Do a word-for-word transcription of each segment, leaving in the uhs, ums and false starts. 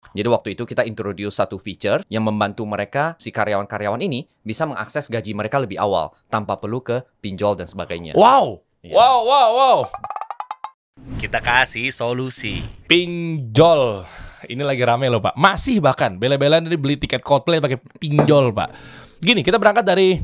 Jadi waktu itu kita introduce satu feature yang membantu mereka, si karyawan-karyawan ini bisa mengakses gaji mereka lebih awal tanpa perlu ke pinjol dan sebagainya. Wow, Iya. wow, wow, wow. Kita kasih solusi. Pinjol. Ini lagi rame loh Pak. Masih bahkan bela-belaan dari beli tiket Coldplay pakai pinjol Pak. Gini, kita berangkat dari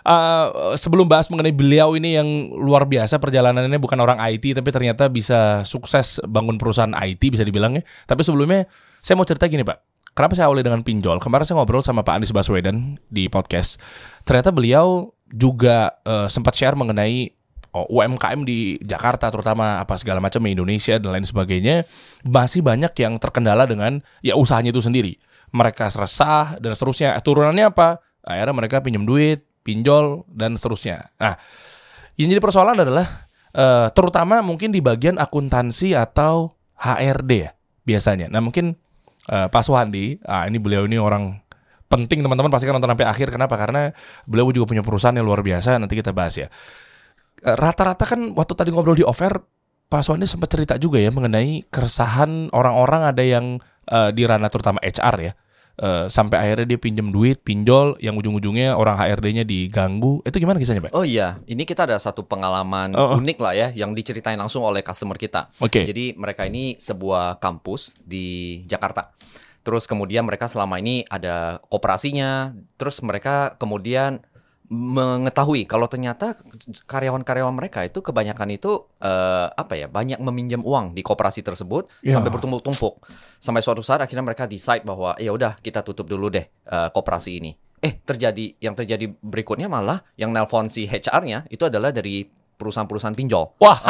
uh, sebelum bahas mengenai beliau ini yang luar biasa perjalanannya, bukan orang I T tapi ternyata bisa sukses bangun perusahaan I T bisa dibilang ya. Tapi sebelumnya saya mau cerita gini Pak. Kenapa saya awali dengan pinjol? Kemarin saya ngobrol sama Pak Anies Baswedan di podcast. Ternyata beliau juga uh, sempat share mengenai oh, U M K M di Jakarta terutama apa segala macam Indonesia dan lain sebagainya masih banyak yang terkendala dengan ya usahanya itu sendiri. Mereka resah dan seterusnya. Turunannya apa? Akhirnya mereka pinjam duit, pinjol dan seterusnya. Nah, yang jadi persoalan adalah uh, terutama mungkin di bagian akuntansi atau H R D ya biasanya. Nah, mungkin uh, Pak Suhandi, ah ini beliau ini orang penting teman-teman pasti kan nonton sampai akhir. Kenapa? Karena beliau juga punya perusahaan yang luar biasa. Nanti kita bahas ya. Rata-rata kan waktu tadi ngobrol di off-air, Pak Suwandi sempat cerita juga ya mengenai keresahan orang-orang ada yang uh, di ranah terutama H R ya. Uh, sampai akhirnya dia pinjam duit, pinjol, yang ujung-ujungnya orang H R D-nya diganggu. Itu gimana kisahnya, Pak? Oh iya, ini kita ada satu pengalaman oh, oh. unik lah ya, yang diceritain langsung oleh customer kita. Oke. Okay. Jadi mereka ini sebuah kampus di Jakarta. Terus kemudian mereka selama ini ada koperasinya. Terus mereka kemudian mengetahui kalau ternyata karyawan-karyawan mereka itu kebanyakan itu uh, apa ya banyak meminjam uang di koperasi tersebut yeah. sampai bertumpuk-tumpuk sampai suatu saat akhirnya mereka decide bahwa ya udah kita tutup dulu deh uh, koperasi ini. Eh terjadi yang terjadi berikutnya malah yang nelpon si H R-nya itu adalah dari perusahaan-perusahaan pinjol. Wah,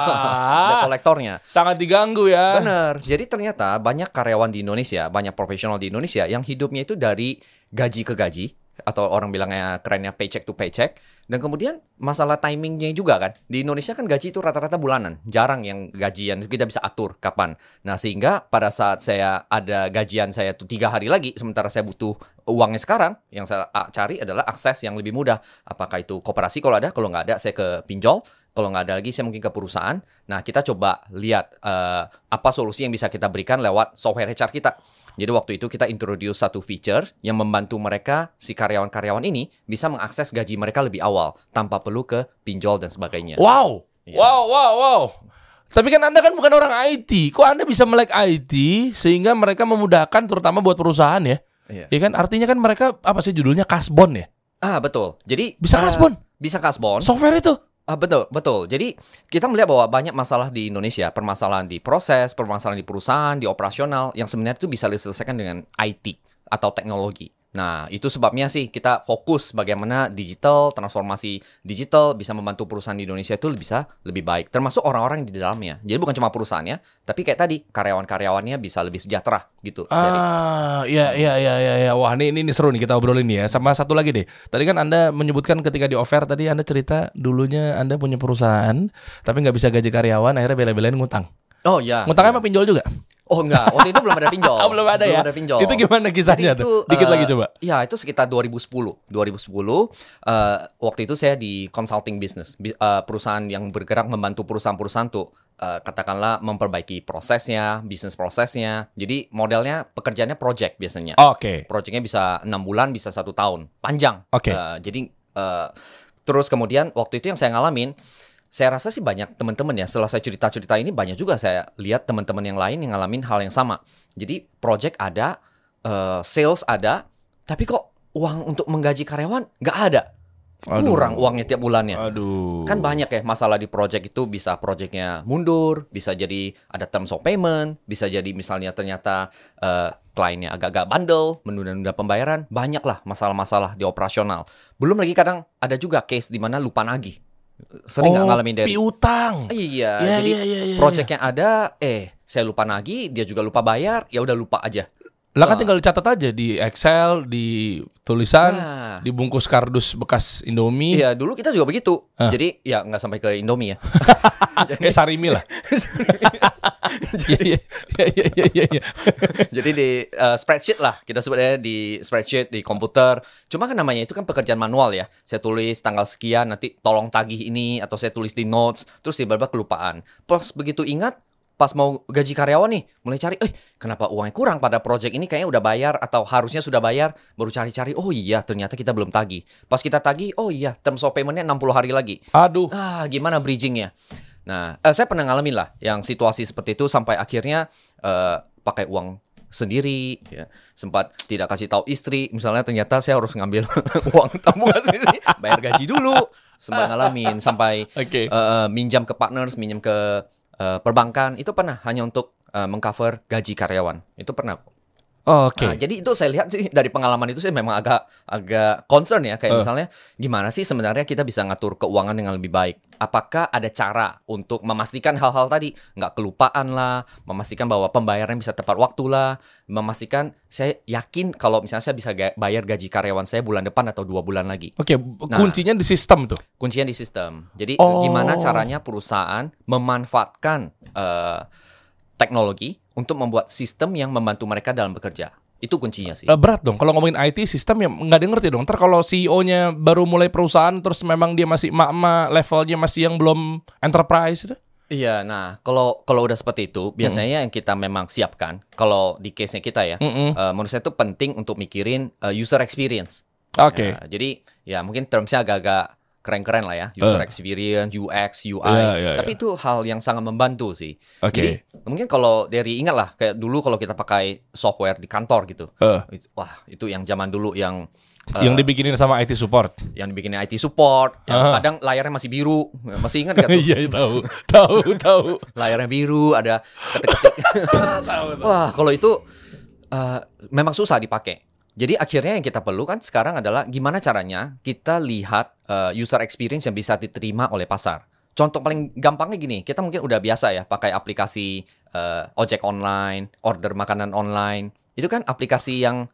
uh, kolektornya sangat diganggu ya. Bener. Jadi ternyata banyak karyawan di Indonesia, banyak profesional di Indonesia yang hidupnya itu dari gaji ke gaji. Atau orang bilangnya kerennya paycheck to paycheck. Dan kemudian masalah timingnya juga kan. Di Indonesia kan gaji itu rata-rata bulanan. Jarang yang gajian, kita bisa atur kapan. Nah sehingga pada saat saya ada gajian saya tuh tiga hari lagi, sementara saya butuh uangnya sekarang, yang saya cari adalah akses yang lebih mudah. Apakah itu koperasi kalau ada, kalau nggak ada saya ke pinjol. Kalau nggak ada lagi, saya mungkin ke perusahaan. Nah, kita coba lihat uh, apa solusi yang bisa kita berikan lewat software H R kita. Jadi waktu itu kita introduce satu feature yang membantu mereka, si karyawan-karyawan ini, bisa mengakses gaji mereka lebih awal, tanpa perlu ke pinjol dan sebagainya. Wow, yeah. wow, wow, wow. Tapi kan Anda kan bukan orang I T. Kok Anda bisa melek I T sehingga mereka memudahkan terutama buat perusahaan ya? Iya yeah. kan? Artinya kan mereka, apa sih judulnya, kasbon ya? Ah, betul. Jadi bisa kasbon? Uh, bisa kasbon. Software itu? Ah, betul, betul. Jadi kita melihat bahwa banyak masalah di Indonesia, permasalahan di proses, permasalahan di perusahaan, di operasional, yang sebenarnya itu bisa diselesaikan dengan I T atau teknologi. Nah, itu sebabnya sih kita fokus bagaimana digital, transformasi digital bisa membantu perusahaan di Indonesia itu bisa lebih baik. Termasuk orang-orang yang di dalamnya. Jadi bukan cuma perusahaannya, tapi kayak tadi, karyawan-karyawannya bisa lebih sejahtera gitu. Ah, iya, iya, iya, iya. Ya. Wah, ini, ini seru nih kita obrolin ya. Sama satu lagi deh. Tadi kan Anda menyebutkan ketika di offer, tadi Anda cerita dulunya Anda punya perusahaan, tapi nggak bisa gaji karyawan, akhirnya bela-belain ngutang. Oh iya. Ngutangnya iya. sama pinjol juga? Oh enggak, waktu itu belum ada pinjol. Oh, belum ada belum ya? ada pinjol. Itu gimana kisahnya itu, tuh? Dikit uh, lagi coba. Ya, itu sekitar dua ribu sepuluh. dua ribu sepuluh, uh, waktu itu saya di consulting business. Uh, perusahaan yang bergerak membantu perusahaan-perusahaan tuh, uh, katakanlah memperbaiki prosesnya, bisnis prosesnya. Jadi modelnya, pekerjaannya project biasanya. Oke. Okay. Projectnya bisa enam bulan, bisa satu tahun. Panjang. Oke. Okay. Uh, jadi, uh, terus kemudian waktu itu yang saya ngalamin, saya rasa sih banyak teman-teman ya, setelah saya cerita-cerita ini banyak juga saya lihat teman-teman yang lain yang ngalamin hal yang sama. Jadi project ada, uh, sales ada, tapi kok uang untuk menggaji karyawan nggak ada. Aduh. Kurang uangnya tiap bulannya. Aduh. Kan banyak ya masalah di project itu, bisa projectnya mundur, bisa jadi ada terms of payment, bisa jadi misalnya ternyata uh, kliennya agak-agak bandel, menunda-nunda pembayaran. Banyak lah masalah-masalah di operasional. Belum lagi kadang ada juga case di mana lupa nagih. Sering nggak oh, ngalamin dari piutang. Iya, ya, jadi ya, ya, ya, project yang ada, eh saya lupa nagih, dia juga lupa bayar, ya udah lupa aja. Lah kan tinggal dicatat aja di Excel, di tulisan, nah. dibungkus kardus bekas Indomie. Iya, dulu kita juga begitu. Huh? Jadi ya nggak sampai ke Indomie ya. Kayak Sarimi lah. Jadi, Jadi di uh, spreadsheet lah, kita sebutnya di spreadsheet, di komputer. Cuma kan namanya itu kan pekerjaan manual ya. Saya tulis tanggal sekian, nanti tolong tagih ini, atau saya tulis di notes, terus tiba-tiba kelupaan. Plus begitu ingat, pas mau gaji karyawan nih, mulai cari, eh kenapa uangnya kurang pada project ini, kayaknya udah bayar atau harusnya sudah bayar, baru cari-cari, oh iya ternyata kita belum tagih. Pas kita tagih, oh iya terms of payment-nya enam puluh hari lagi. Aduh. Ah, gimana bridging-nya? Nah, eh, saya pernah ngalamin lah yang situasi seperti itu sampai akhirnya eh, pakai uang sendiri, ya. Sempat tidak kasih tahu istri, misalnya ternyata saya harus ngambil uang tabungan sendiri, bayar gaji dulu. Sempat ngalamin sampai Oke. eh, minjam ke partners, minjam ke eh, perbankan, itu pernah hanya untuk eh, mengcover gaji karyawan. Itu pernah. Oh, oke. Nah, jadi itu saya lihat sih dari pengalaman itu saya memang agak agak concern ya, kayak Uh. misalnya gimana sih sebenarnya kita bisa ngatur keuangan dengan lebih baik? Apakah ada cara untuk memastikan hal-hal tadi nggak kelupaan lah, memastikan bahwa pembayaran bisa tepat waktu lah, memastikan saya yakin kalau misalnya saya bisa ga- bayar gaji karyawan saya bulan depan atau dua bulan lagi. Oke, kuncinya di sistem tuh. Kuncinya di sistem. Jadi Oh. gimana caranya perusahaan memanfaatkan eh, teknologi untuk membuat sistem yang membantu mereka dalam bekerja. Itu kuncinya sih. Eh, berat dong kalau ngomongin I T sistem ya nggak ada yang ngerti dong. Ntar kalau C E O-nya baru mulai perusahaan terus memang dia masih emak-emak, levelnya masih yang belum enterprise itu. Iya, nah kalau kalau udah seperti itu, biasanya yang kita memang siapkan, kalau di case-nya kita ya, Mm-mm. eh, menurut saya itu penting untuk mikirin eh, user experience. Oke. Ya, jadi ya mungkin termsnya agak-agak keren-keren lah ya, user Eh. experience, U X, U I. Iya, iya, Tapi itu hal yang sangat membantu sih. Oke. Jadi mungkin kalau dari ingat lah, kayak dulu kalau kita pakai software di kantor gitu, Eh, itu- wah itu yang zaman dulu yang eh, yang dibikinin sama I T support. yang dibikin I T support, yang Ah. kadang layarnya masih biru, masih ingat gak tuh? Iya, tahu. Tahu, tahu. Layarnya biru, ada ketik-ketik. Wah, kalau itu eh, memang susah dipakai. Jadi akhirnya yang kita perlu kan sekarang adalah gimana caranya kita lihat eh, user experience yang bisa diterima oleh pasar. Contoh paling gampangnya gini, kita mungkin udah biasa ya pakai aplikasi eh, ojek online, order makanan online. Itu kan aplikasi yang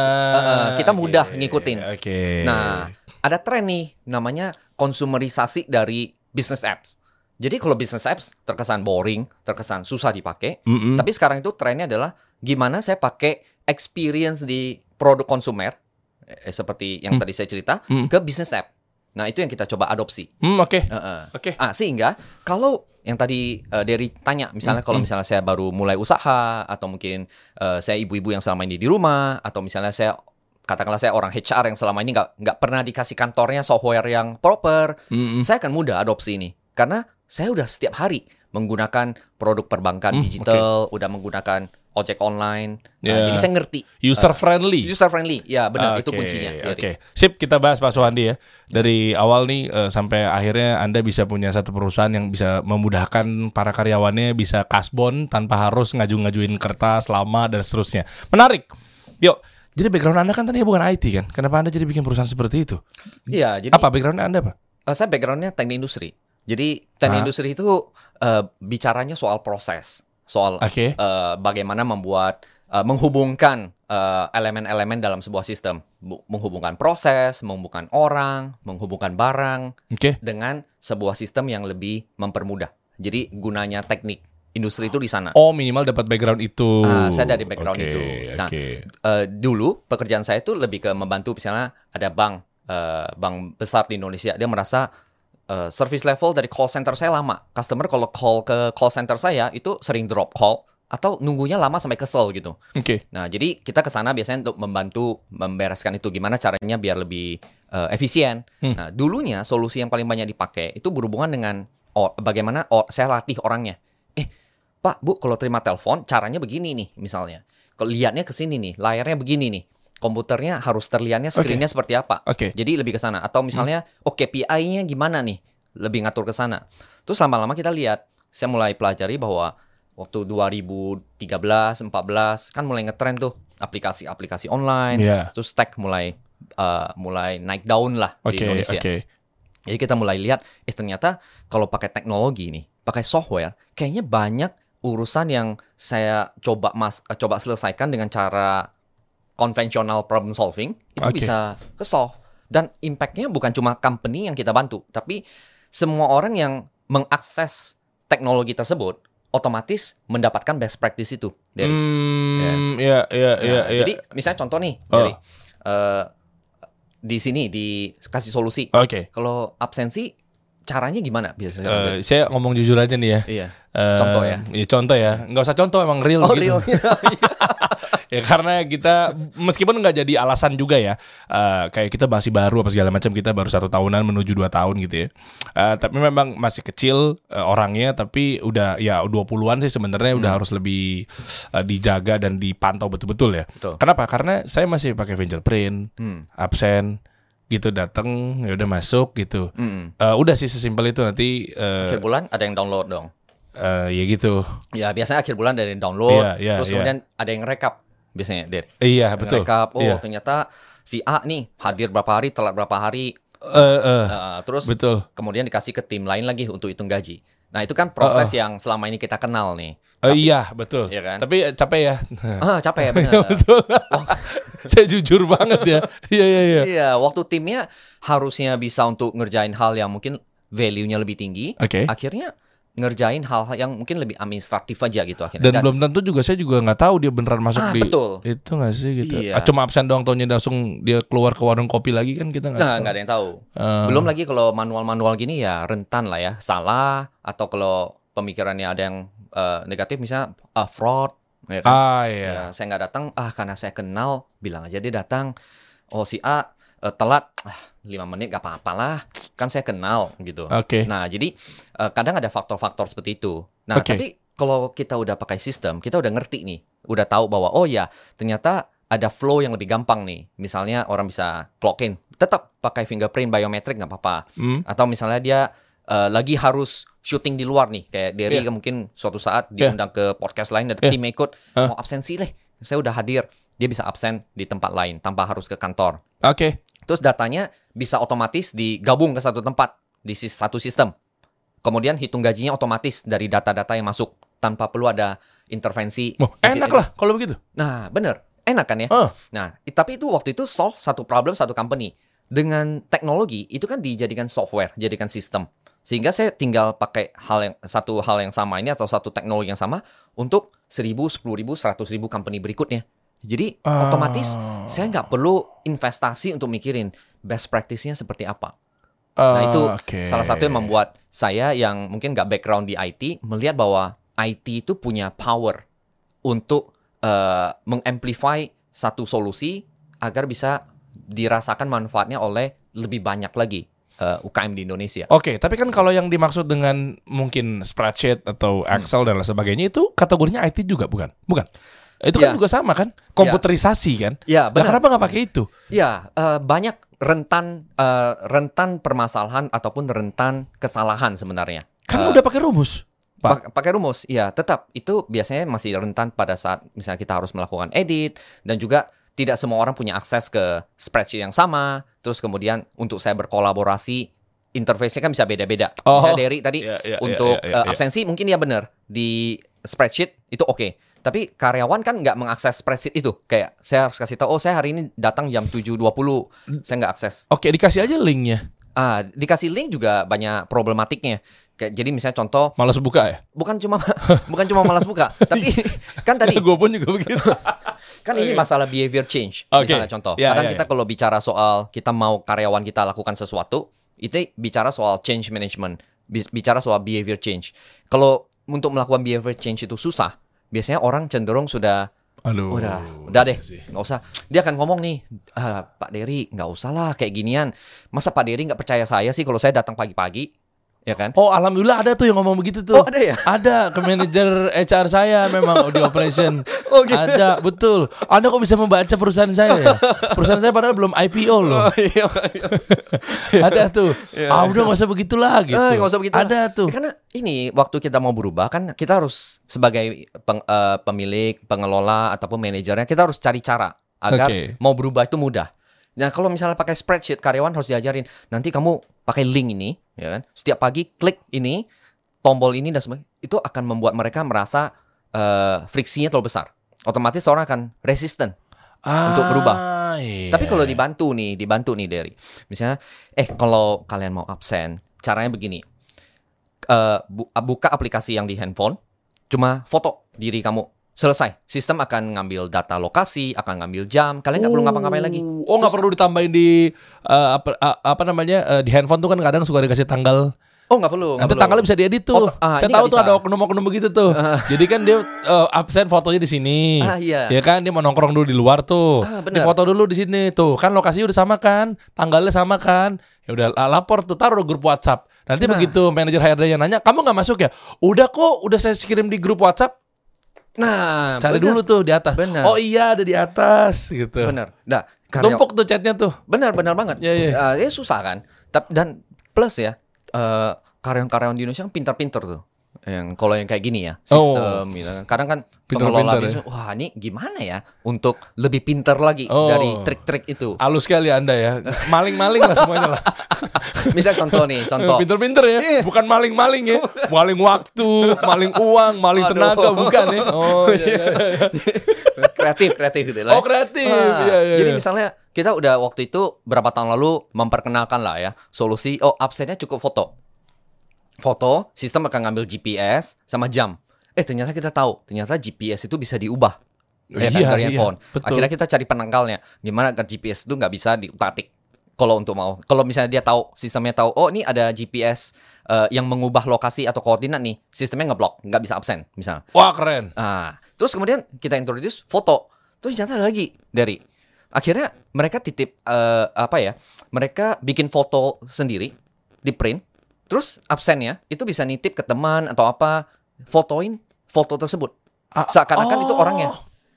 Ah, kita mudah oke, ngikutin. Oke. Nah, ada tren nih namanya konsumerisasi dari business apps. Jadi kalau business apps terkesan boring, terkesan susah dipakai. Mm-mm. Tapi sekarang itu trennya adalah gimana saya pakai experience di produk konsumer, eh, seperti yang Hmm. tadi saya cerita, Hmm. ke business app. Nah itu yang kita coba adopsi. Hmm, oke. Heeh. Oke. Ah, sehingga kalau yang tadi uh, Derry tanya, misalnya kalau Hmm. misalnya saya baru mulai usaha atau mungkin uh, saya ibu-ibu yang selama ini di rumah atau misalnya saya katakanlah saya orang H R yang selama ini nggak nggak pernah dikasih kantornya software yang proper, Mm-mm. saya akan mudah adopsi ini karena saya udah setiap hari menggunakan produk perbankan Hmm, digital, udah menggunakan ojek online. Nah, Ya. jadi saya ngerti User friendly. user friendly. Ya benar, itu Oke, kuncinya. Oke, Derry. sip, kita bahas Pak Suwandi ya. Dari awal nih eh, sampai akhirnya Anda bisa punya satu perusahaan yang bisa memudahkan para karyawannya bisa kasbon tanpa harus ngaju-ngajuin kertas lama dan seterusnya. Menarik. Yuk, jadi background Anda kan tadi bukan I T kan? Kenapa Anda jadi bikin perusahaan seperti itu? Iya, jadi Apa background Anda apa? Uh, saya backgroundnya teknik industri. Jadi teknik Ah. industri itu uh, bicaranya soal proses, soal Oke. uh, bagaimana membuat uh, menghubungkan uh, elemen-elemen dalam sebuah sistem, Bu- menghubungkan proses, menghubungkan orang, menghubungkan barang Oke. dengan sebuah sistem yang lebih mempermudah. Jadi gunanya teknik industri itu di sana. Oh, minimal dapat background itu. Ah, saya dari background Oke, itu. Nah, Oke. Uh, dulu pekerjaan saya itu lebih ke membantu, misalnya ada bank, uh, bank besar di Indonesia, dia merasa uh, service level dari call center saya lama. Customer kalau call ke call center saya itu sering drop call atau nunggunya lama sampai kesel gitu. Oke. Nah, jadi kita ke sana biasanya untuk membantu membereskan itu, gimana caranya biar lebih uh, efisien. Hmm. Nah, dulunya solusi yang paling banyak dipakai itu berhubungan dengan oh, bagaimana oh, saya latih orangnya. Eh, Pak, Bu, kalau terima telepon caranya begini nih misalnya. Kalau lihatnya ke sini nih, layarnya begini nih. Komputernya harus terlihatnya screen-nya seperti apa. Oke. Jadi lebih ke sana. Atau misalnya, oh K P I-nya gimana nih? Lebih ngatur ke sana. Terus lama-lama kita lihat, saya mulai pelajari bahwa waktu dua ribu tiga belas, empat belas kan mulai ngetren tuh aplikasi-aplikasi online. Iya. Terus tech mulai uh, mulai naik daun lah di Oke, Indonesia. oke. Jadi kita mulai lihat, eh ternyata kalau pakai teknologi nih, pakai software, kayaknya banyak urusan yang saya coba mas, uh, coba selesaikan dengan cara konvensional problem solving itu Oke. bisa ke-solve. Dan impact-nya bukan cuma company yang kita bantu, tapi semua orang yang mengakses teknologi tersebut otomatis mendapatkan best practice itu dari. Hmm, ya, ya, Nah, ya, ya. Jadi misalnya contoh nih Oh. dari eh, di sini dikasih solusi. Oke. Kalau absensi caranya gimana biasanya? Eh, saya ngomong jujur aja nih ya. Iya. Eh, Contoh ya? Iya contoh ya. Nggak usah contoh, emang real Oh, gitu. realnya. Ya karena kita meskipun nggak jadi alasan juga ya, eh, kayak kita masih baru apa segala macam, kita baru satu tahunan menuju dua tahun gitu ya. Eh, tapi memang masih kecil eh, orangnya, tapi udah ya dua puluhan sih sebenarnya udah harus lebih eh, dijaga dan dipantau betul-betul ya. Betul. Kenapa? Karena saya masih pakai fingerprint, Hmm. absen gitu, datang ya udah masuk gitu. Mm-mm. Eh, udah sih sesimpel itu. Nanti eh, Akhir bulan ada yang download dong. eh, ya gitu. Ya biasanya akhir bulan ada yang download, Iya, iya, terus iya. kemudian ada yang rekap biasanya, Der. Iya Ada yang betul. Rekap, oh Iya. ternyata si A nih hadir berapa hari, telat berapa hari, Eh, eh, uh, terus betul. kemudian dikasih ke tim lain lagi untuk hitung gaji. Nah itu kan proses yang selama ini kita kenal nih. Eh, iya betul. Iya kan? Tapi eh, capek ya. Ah capek ya benar. Betul. Saya jujur banget ya. Iya iya iya. Iya, waktu timnya harusnya bisa untuk ngerjain hal yang mungkin value-nya lebih tinggi, Oke. akhirnya ngerjain hal-hal yang mungkin lebih administratif aja gitu akhirnya. Dan belum tentu juga saya juga nggak tahu dia beneran masuk Ah, di betul. itu nggak sih gitu. Iya. Ah, cuma absen doang, taunya langsung dia keluar ke warung kopi lagi kan kita nggak. Nah, tahu. nggak ada yang tahu. Eh, Belum lagi kalau manual-manual gini ya rentan lah ya, salah atau kalau pemikirannya ada yang eh, negatif misalnya ah, fraud, ya kan? Ah iya. Ya, saya nggak datang, ah karena saya kenal, bilang aja dia datang. Oh si A eh, telat, ah lima menit gak apa-apa lah, kan saya kenal gitu. Oke. Nah jadi eh, kadang ada faktor-faktor seperti itu. Nah Oke. tapi kalau kita udah pakai sistem, kita udah ngerti nih, udah tahu bahwa oh ya ternyata ada flow yang lebih gampang nih. Misalnya orang bisa clock in, tetap pakai fingerprint biometrik nggak apa-apa. Hmm. Atau misalnya dia eh, lagi harus syuting di luar nih, kayak Derry Yeah. mungkin suatu saat Yeah. diundang ke podcast lain, ada Yeah. tim ikut, Huh? mau absensi leh, saya udah hadir, dia bisa absen di tempat lain tanpa harus ke kantor. Oke. Terus datanya bisa otomatis digabung ke satu tempat di sis- satu sistem. Kemudian hitung gajinya otomatis dari data-data yang masuk tanpa perlu ada intervensi. Oh, enak lah kalau begitu. Nah, bener. Enak kan ya? Oh. Nah, i- tapi itu waktu itu solve satu problem satu company. Dengan teknologi itu kan dijadikan software, jadikan sistem. Sehingga saya tinggal pakai hal yang satu hal yang sama ini atau satu teknologi yang sama untuk seribu, sepuluh ribu, seratus ribu company berikutnya. Jadi Ah. otomatis saya nggak perlu investasi untuk mikirin best practice-nya seperti apa. Nah itu Ah, oke. salah satu yang membuat saya yang mungkin nggak background di I T melihat bahwa I T itu punya power untuk uh, mengamplify satu solusi agar bisa dirasakan manfaatnya oleh lebih banyak lagi uh, U K M di Indonesia. Oke, tapi kan kalau yang dimaksud dengan mungkin spreadsheet atau Excel dan lain sebagainya itu kategorinya I T juga bukan? Bukan. Itu kan Ya. juga sama kan? Komputerisasi kan? Ya Nah, benar. kenapa nggak pakai itu? Ya uh, banyak rentan uh, rentan permasalahan ataupun rentan kesalahan sebenarnya. Kan Uh, udah pakai rumus, Pak. Pak- pakai rumus, ya tetap itu biasanya masih rentan pada saat misalnya kita harus melakukan edit dan juga tidak semua orang punya akses ke spreadsheet yang sama. Terus kemudian untuk saya berkolaborasi, interface-nya kan bisa beda-beda. Oh, Misalnya Derry tadi iya, iya, untuk iya, iya, eh, iya. absensi mungkin dia benar di spreadsheet itu oke. Tapi karyawan kan nggak mengakses spreadsheet itu. Kayak saya harus kasih tahu, oh saya hari ini datang jam tujuh dua puluh, saya nggak akses. Oke, dikasih aja linknya. Ah, dikasih link juga banyak problematiknya. Kayak jadi misalnya contoh Malas buka ya? bukan cuma bukan cuma malas buka, tapi kan tadi Gue pun juga begitu. kan ini Oke. masalah behavior change. Oke. Misalnya contoh, Ya, kadang ya, kita ya. kalau bicara soal kita mau karyawan kita lakukan sesuatu, itu bicara soal change management, bi- bicara soal behavior change. Kalau untuk melakukan behavior change itu susah, biasanya orang cenderung sudah Aduh. udah udah deh, sih. nggak usah. Dia akan ngomong nih, ah, Pak Derry nggak usah lah kayak ginian. Masa Pak Derry nggak percaya saya sih kalau saya datang pagi-pagi, ya kan? Oh, alhamdulillah ada tuh yang ngomong begitu tuh. Oh, ada ya? Ada ke manajer H R saya memang di operation. Oh, gitu. Ada, betul. Anda kok bisa membaca perusahaan saya ya? Perusahaan saya padahal belum I P O loh. Iya, Ada tuh. Ah, udah nggak usah begitulah gitu. Eh, nggak usah begitu. Ada tuh. Ya, karena ini waktu kita mau berubah kan kita harus sebagai peng- eh, pemilik, pengelola ataupun manajernya kita harus cari cara agar Oke. mau berubah itu mudah. Nah kalau misalnya pakai spreadsheet, karyawan harus diajarin nanti kamu pakai link ini, ya kan? Setiap pagi klik ini, tombol ini dan sebagainya. Itu akan membuat mereka merasa eh, friksinya terlalu besar. Otomatis orang akan resisten. untuk berubah. Iya. Tapi kalau dibantu nih, dibantu nih Derry. Misalnya, eh kalau kalian mau absen, caranya begini. Eh, bu- buka aplikasi yang di handphone, cuma foto diri kamu. Selesai. Sistem akan ngambil data lokasi, akan ngambil jam. Kalian nggak perlu ngapa-ngapain lagi. Oh, nggak perlu ditambahin di eh, apa a- apa namanya eh, di handphone tuh kan kadang suka dikasih tanggal Oh nggak perlu. Nanti tanggalnya bisa diedit tuh. Oh, ah, Saya ini tahu nggak tuh bisa. ada oknum-oknum begitu tuh. Jadi kan dia uh, absen fotonya di sini. Ah, iya. Ya kan dia mau nongkrong dulu di luar tuh. Ah, Di benar. foto dulu di sini tuh. Kan lokasinya udah sama kan, tanggalnya sama kan. Ya udah la- lapor tuh, taruh di grup WhatsApp. Nanti Nah. begitu manajer H R D yang nanya, "Kamu nggak masuk ya?" Udah kok, udah saya kirim di grup WhatsApp. Nah, Cari benar. dulu tuh di atas. Benar. Oh iya ada di atas gitu. Benar. Nah, karya- Tumpuk tuh chatnya tuh. Benar, benar banget. Iya, iya. Ah, ya susah kan. Tap- Dan plus ya, eh, karyawan-karyawan di Indonesia yang pintar-pintar tuh. Yang kalau yang kayak gini ya, sistem gitu kan. Kadang kan pengelola Pintar-pintar bisnis, wah ini gimana ya untuk lebih pintar lagi Oh. dari trik-trik itu. Halus sekali Anda ya. Maling-maling lah semuanya lah. Misal contoh nih, contoh. Pinter-pinter ya. Iya. Bukan maling-maling ya. Maling waktu, maling uang, maling Aduh. tenaga bukan ya. Oh iya. iya, iya. kreatif, kreatif gitu lah. Oh kreatif. Wah, Iya, iya, jadi iya. misalnya kita udah waktu itu berapa tahun lalu memperkenalkan lah ya solusi. Oh absennya cukup foto. Foto, sistem akan ngambil G P S sama jam. Eh ternyata kita tahu, ternyata G P S itu bisa diubah. Ya kan, Iya, dari iya, handphone. betul. Akhirnya kita cari penangkalnya. Gimana agar G P S itu nggak bisa diutak-atik. Kalau untuk mau, kalau misalnya dia tahu, sistemnya tahu, oh ini ada G P S eh, yang mengubah lokasi atau koordinat nih, sistemnya ngeblok, nggak bisa absen, misalnya. Wah keren. Nah, terus kemudian kita introduce foto. Terus ternyata ada lagi dari. Akhirnya mereka titip eh, apa ya? Mereka bikin foto sendiri, di print. Terus absennya itu bisa nitip ke teman atau apa, fotoin foto tersebut. Ah, Seakan-akan itu oh. orangnya.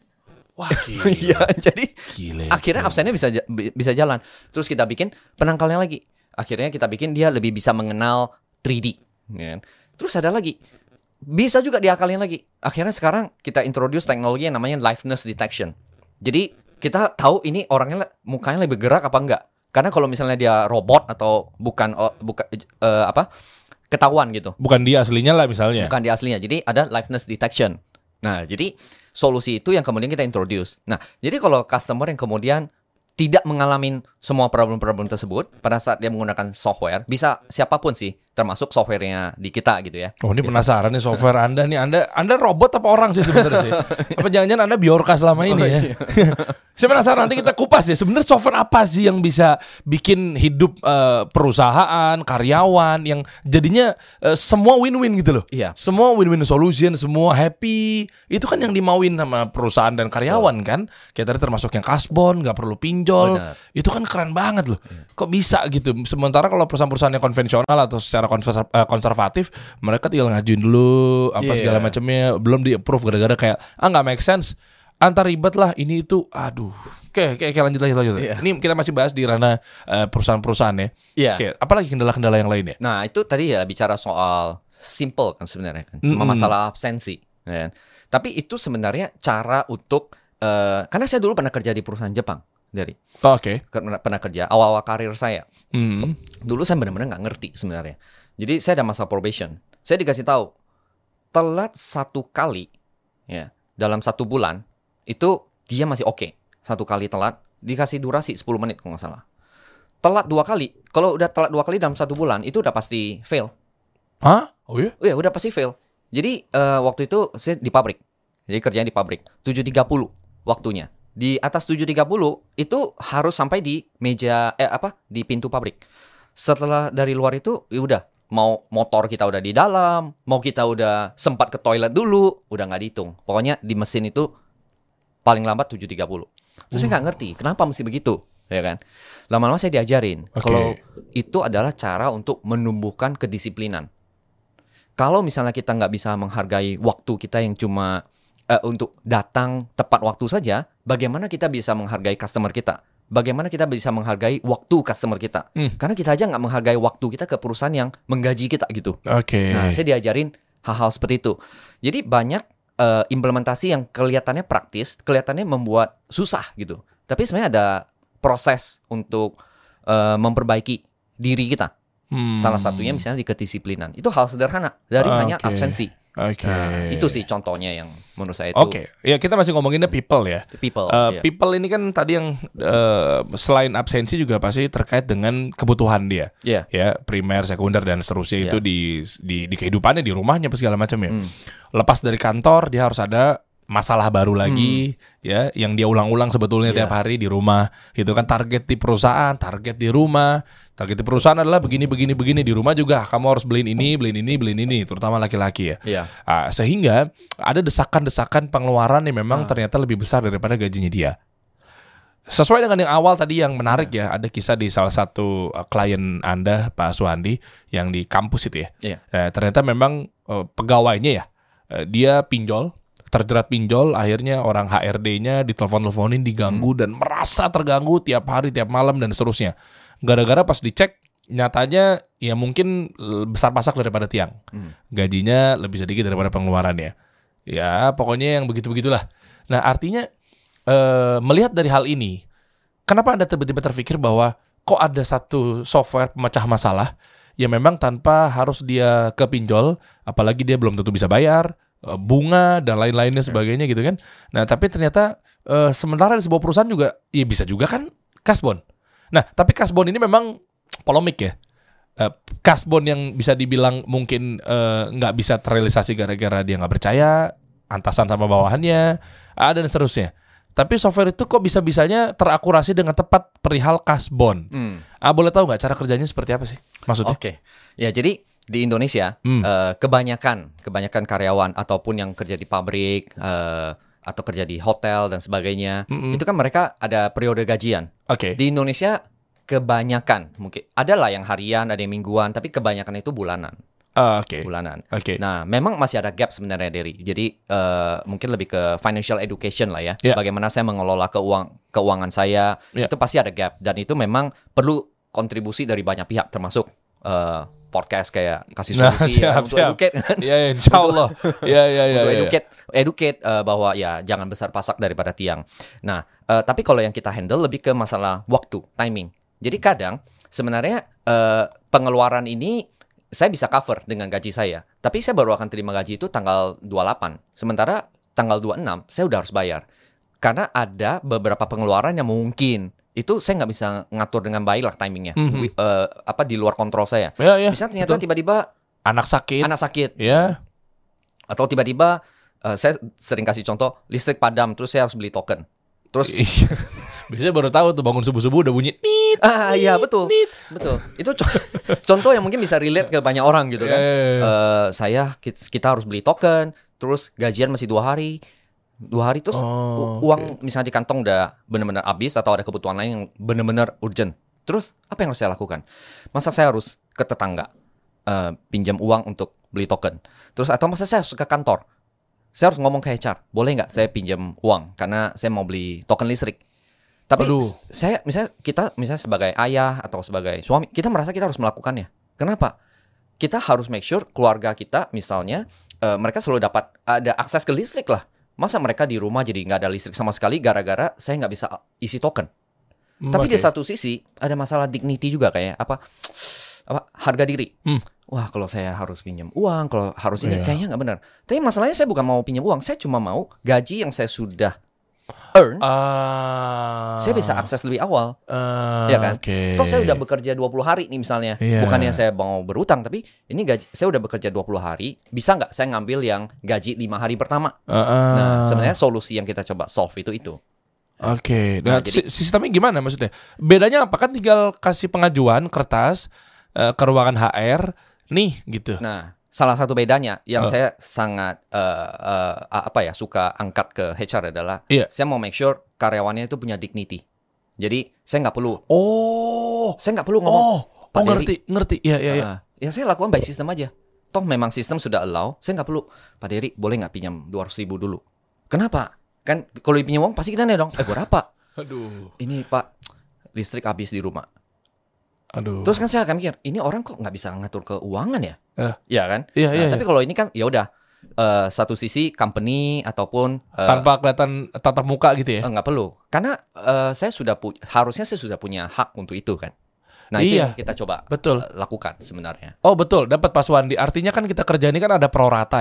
Wah gila. Iya, jadi Gila. akhirnya absennya bisa ja- bi- bisa jalan. Terus kita bikin penangkalnya lagi. Akhirnya kita bikin dia lebih bisa mengenal tiga D. ya kan. Terus ada lagi. Bisa juga diakalin lagi. Akhirnya sekarang kita introduce teknologi yang namanya liveness detection. Jadi kita tahu ini orangnya le- mukanya lebih gerak apa enggak. Karena kalau misalnya dia robot atau bukan oh, bukan eh, apa? Ketahuan gitu. Bukan dia aslinya lah misalnya. Bukan di aslinya. Jadi ada liveness detection. Nah, jadi solusi itu yang kemudian kita introduce. Nah, jadi kalau customer yang kemudian tidak mengalami semua problem-problem tersebut pada saat dia menggunakan software, bisa siapapun sih, termasuk softwarenya di kita gitu ya. Oh ini penasaran nih software Anda nih. Anda Anda robot apa orang sih sebenarnya sih? Apa jangan-jangan Anda biorka selama ini ya? Saya penasaran nanti kita kupas ya. Sebenarnya software apa sih yang bisa bikin hidup eh, perusahaan, karyawan yang jadinya eh, semua win-win gitu loh. Iya. Semua win-win solution, semua happy. Itu kan yang dimauin sama perusahaan dan karyawan kan. Kayak tadi termasuk yang kasbon, nggak perlu pinjol. Benar. Itu kan keren banget loh. Kok bisa gitu? Sementara kalau perusahaan-perusahaan yang konvensional atau secara konser- eh, konservatif, mereka tinggal ngajuin dulu apa Iya. segala macamnya, belum di approve gara-gara kayak ah nggak make sense. Antar ribet lah ini itu. Aduh. Oke, oke, oke lanjut lanjut lanjut. Iya. Ini kita masih bahas di ranah eh, perusahaan-perusahaan ya. Iya. Oke, apalagi kendala-kendala yang lain ya? Nah, itu tadi ya bicara soal simple kan sebenarnya kan. Cuma Mm-mm. masalah absensi. ya kan. Tapi itu sebenarnya cara untuk eh, karena saya dulu pernah kerja di perusahaan Jepang dari Oh, Oke. pernah, pernah kerja awal-awal karir saya. Hmm. Dulu saya benar-benar nggak ngerti sebenarnya. Jadi saya ada masa probation. Saya dikasih tahu telat satu kali ya dalam satu bulan itu dia masih oke. Satu kali telat dikasih durasi sepuluh menit kalau nggak salah. Telat dua kali, kalau udah telat dua kali dalam satu bulan itu udah pasti fail. Hah? Oh iya? Oh ya udah pasti fail. Jadi eh, waktu itu saya di pabrik. Jadi kerjanya di pabrik. tujuh tiga puluh waktunya. Di atas tujuh tiga puluh itu harus sampai di meja eh apa? Di pintu pabrik. Setelah dari luar itu ya udah mau motor kita udah di dalam, mau kita udah sempat ke toilet dulu, udah nggak dihitung. Pokoknya di mesin itu paling lambat tujuh tiga puluh. Terus saya nggak ngerti kenapa mesti begitu, ya kan? Lama-lama saya diajarin Oke. kalau itu adalah cara untuk menumbuhkan kedisiplinan. Kalau misalnya kita nggak bisa menghargai waktu kita yang cuma eh, untuk datang tepat waktu saja, bagaimana kita bisa menghargai customer kita? Bagaimana kita bisa menghargai waktu customer kita? Hmm. Karena kita aja nggak menghargai waktu kita ke perusahaan yang menggaji kita gitu. Oke. Nah, saya diajarin hal-hal seperti itu. Jadi banyak eh, implementasi yang kelihatannya praktis, kelihatannya membuat susah gitu. Tapi sebenarnya ada proses untuk eh, memperbaiki diri kita. Hmm. Salah satunya misalnya di kedisiplinan. Itu hal sederhana dari Oke. hanya absensi. Oke. Nah, itu sih contohnya yang menurut saya itu Oke, ya kita masih ngomonginnya people ya. people. Eh, iya. People ini kan tadi yang eh, selain absensi juga pasti terkait dengan kebutuhan dia, Iya. ya primer, sekunder dan seterusnya Iya. itu di, di di kehidupannya di rumahnya apa segala macam ya. Hmm. Lepas dari kantor dia harus ada masalah baru lagi ya yang dia ulang-ulang sebetulnya Iya. tiap hari di rumah. Itu kan target di perusahaan, target di rumah. Target di perusahaan adalah begini begini begini, di rumah juga kamu harus beliin ini, beliin ini, beliin ini, terutama laki-laki ya. Iya. Ah, sehingga ada desakan-desakan pengeluaran yang memang Ah. ternyata lebih besar daripada gajinya dia. Sesuai dengan yang awal tadi yang menarik ya, ada kisah di salah satu uh, klien Anda, Pak Suwandi, yang di kampus itu ya. Iya. Eh, ternyata memang uh, pegawainya ya, eh, dia pinjol, terjerat pinjol, akhirnya orang H R D-nya ditelepon-teleponin, diganggu dan merasa terganggu tiap hari, tiap malam dan seterusnya. Gara-gara pas dicek, nyatanya ya mungkin eh, besar pasak daripada tiang. Hmm. Gajinya lebih sedikit daripada pengeluarannya. Ya, pokoknya yang begitu-begitulah. Nah, artinya eh, melihat dari hal ini, kenapa Anda tiba-tiba terpikir bahwa kok ada satu software pemecah masalah yang memang tanpa harus dia ke pinjol, apalagi dia belum tentu bisa bayar, eh, bunga dan lain-lainnya sebagainya gitu kan. Nah, tapi ternyata eh, sementara di sebuah perusahaan juga ya bisa juga kan kasbon. Nah, tapi kasbon ini memang polemik ya. Eh, kasbon yang bisa dibilang mungkin eh, nggak bisa terrealisasi gara-gara dia nggak percaya, antasan sama bawahannya, ah, dan seterusnya. Tapi software itu kok bisa-bisanya terakurasi dengan tepat perihal kasbon. Hmm. Ah, boleh tahu nggak cara kerjanya seperti apa sih? Maksudnya? Oke. Ya, jadi di Indonesia Hmm. eh, kebanyakan kebanyakan karyawan ataupun yang kerja di pabrik eh, atau kerja di hotel dan sebagainya, Mm-mm. itu kan mereka ada periode gajian. Oke. Di Indonesia kebanyakan mungkin ada lah yang harian, ada yang mingguan, tapi kebanyakan itu bulanan. Ah, Oke. Bulanan. Oke. Nah, memang masih ada gap sebenarnya Derry. Jadi eh, mungkin lebih ke financial education lah ya. Ya. Bagaimana saya mengelola keuang keuangan saya, Ya. itu pasti ada gap dan itu memang perlu kontribusi dari banyak pihak termasuk eh, podcast kayak kasih Nah, solusi ya, siap, untuk siap. educate kan. Iya, ya, insya Allah. Iya, iya, iya. Untuk iya. educate, educate eh, bahwa ya jangan besar pasak daripada tiang. Nah, eh, tapi kalau yang kita handle lebih ke masalah waktu, timing. Jadi kadang sebenarnya eh, pengeluaran ini saya bisa cover dengan gaji saya, tapi saya baru akan terima gaji itu tanggal dua puluh delapan. Sementara tanggal dua puluh enam saya udah harus bayar. Karena ada beberapa pengeluaran yang mungkin itu saya nggak bisa ngatur dengan baik lah timingnya, Mhm. Wi- eh, apa di luar kontrol saya. Ya, ya. Misalnya ternyata Betul. tiba-tiba Anak sakit. anak sakit, Ya. atau tiba-tiba eh, saya sering kasih contoh listrik padam, terus saya harus beli token. Terus Iya. Biasanya baru tahu tuh bangun subuh-subuh udah bunyi nit. ah iya betul, betul. Itu co- contoh yang mungkin bisa relate ke banyak orang gitu kan. Iya, iya, iya. Eh, saya kita, kita harus beli token, terus gajian masih dua hari, dua hari terus Oh, u- uang misalnya di kantong udah benar-benar habis atau ada kebutuhan lain yang benar-benar urgent. Terus apa yang harus saya lakukan? Masa saya harus ke tetangga eh, pinjam uang untuk beli token? Terus atau masa saya harus ke kantor? Saya harus ngomong ke H R, boleh nggak saya pinjam uang karena saya mau beli token listrik. Tapi Aduh. s- saya misalnya kita misalnya sebagai ayah atau sebagai suami, kita merasa kita harus melakukannya. Kenapa? Kita harus make sure keluarga kita misalnya eh, mereka selalu dapat ada akses ke listrik lah. Masa mereka di rumah jadi nggak ada listrik sama sekali gara-gara saya nggak bisa isi token. Tapi Oke. di satu sisi ada masalah dignity juga kayak apa apa harga diri. Hmm. Wah, kalau saya harus pinjam uang, kalau harus ini Iya. kayaknya nggak benar. Tapi masalahnya saya bukan mau pinjam uang, saya cuma mau gaji yang saya sudah earn, Ah. saya bisa akses lebih awal. Ah, Ya kan? Oke. Toh saya udah bekerja dua puluh hari nih misalnya. Iya. Bukannya saya mau berutang, tapi ini gaji saya udah bekerja dua puluh hari, bisa nggak saya ngambil yang gaji lima hari pertama? Ah, ah. Nah, sebenarnya solusi yang kita coba solve itu itu. Oke. Nah, Nah, jadi- si- sistemnya gimana maksudnya? Bedanya apa? Kan tinggal kasih pengajuan kertas eh, ke ruangan H R nih gitu. Nah, salah satu bedanya yang Oh. saya sangat eh, eh, apa ya suka angkat ke H R adalah Iya. saya mau make sure karyawannya itu punya dignity. Jadi saya nggak perlu, Oh. saya nggak perlu ngomong. Oh. Pak Oh, ngerti, ngerti. Iya, iya, iya. "Ah, ya saya lakukan by system aja. Toh memang sistem sudah allow, saya nggak perlu. Pak Dery boleh nggak pinjam dua ratus ribu dulu? Kenapa? Kan kalau dipinjam uang pasti kita nih dong. Eh berapa? Aduh. Ini Pak listrik habis di rumah. Aduh. Terus kan saya akan mikir, ini orang kok nggak bisa ngatur keuangan ya? Eh. Iya kan? Iya, Nah, iya, tapi kalau ini kan ya udah eh, satu sisi company ataupun eh, tanpa kelihatan tatap muka gitu ya. eh, nggak perlu. Karena eh, saya sudah pu- harusnya saya sudah punya hak untuk itu kan. Nah, itu Iya. yang kita coba Betul. eh, lakukan sebenarnya. Oh, betul. Dapat Pak Suwandi. Artinya kan kita kerja ini kan ada prorata ya.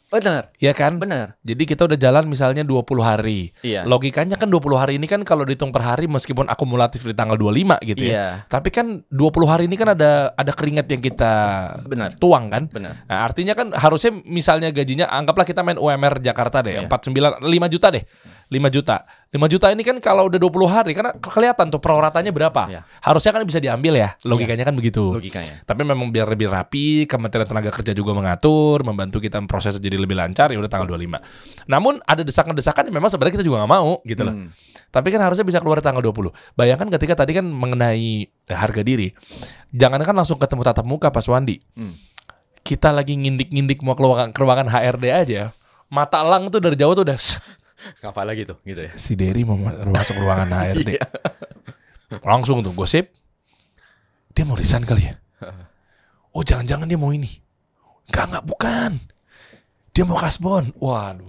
Benar. ya kan? Benar. Jadi kita udah jalan misalnya dua puluh hari. Iya. Logikanya kan dua puluh hari ini kan kalau dihitung per hari meskipun akumulatif di tanggal dua puluh lima gitu ya. Iya. Tapi kan dua puluh hari ini kan ada ada keringat yang kita Benar. tuang kan? Benar. Nah, artinya kan harusnya misalnya gajinya anggaplah kita main U M R Jakarta deh, Iya. empat puluh sembilan lima juta deh. lima juta. lima juta ini kan kalau udah dua puluh hari karena kelihatan tuh peroratannya berapa. Iya. Harusnya kan bisa diambil ya. Logikanya kan begitu. Logikanya. Tapi memang biar lebih rapi, Kementerian Tenaga Kerja juga mengatur, membantu kita proses jadi lebih lancar, ya udah tanggal dua puluh lima. Namun ada desakan-desakan yang memang sebenarnya kita juga nggak mau gitu loh. Hmm. Tapi kan harusnya bisa keluar tanggal dua puluh. Bayangkan ketika tadi kan mengenai eh, harga diri. Jangan kan langsung ketemu tatap muka Pak Suwandi. Hmm. Kita lagi ngindik-ngindik mau ke ruangan, ke ruangan H R D aja. Mata elang tuh dari jauh tuh udah Ngapa lagi tuh gitu ya? si Derry mau ma- masuk ruangan H R D. Iya. Langsung tuh gosip. Dia mau resign kali ya? Oh jangan-jangan dia mau ini. Enggak, enggak, bukan. Dia mau kasbon. Waduh.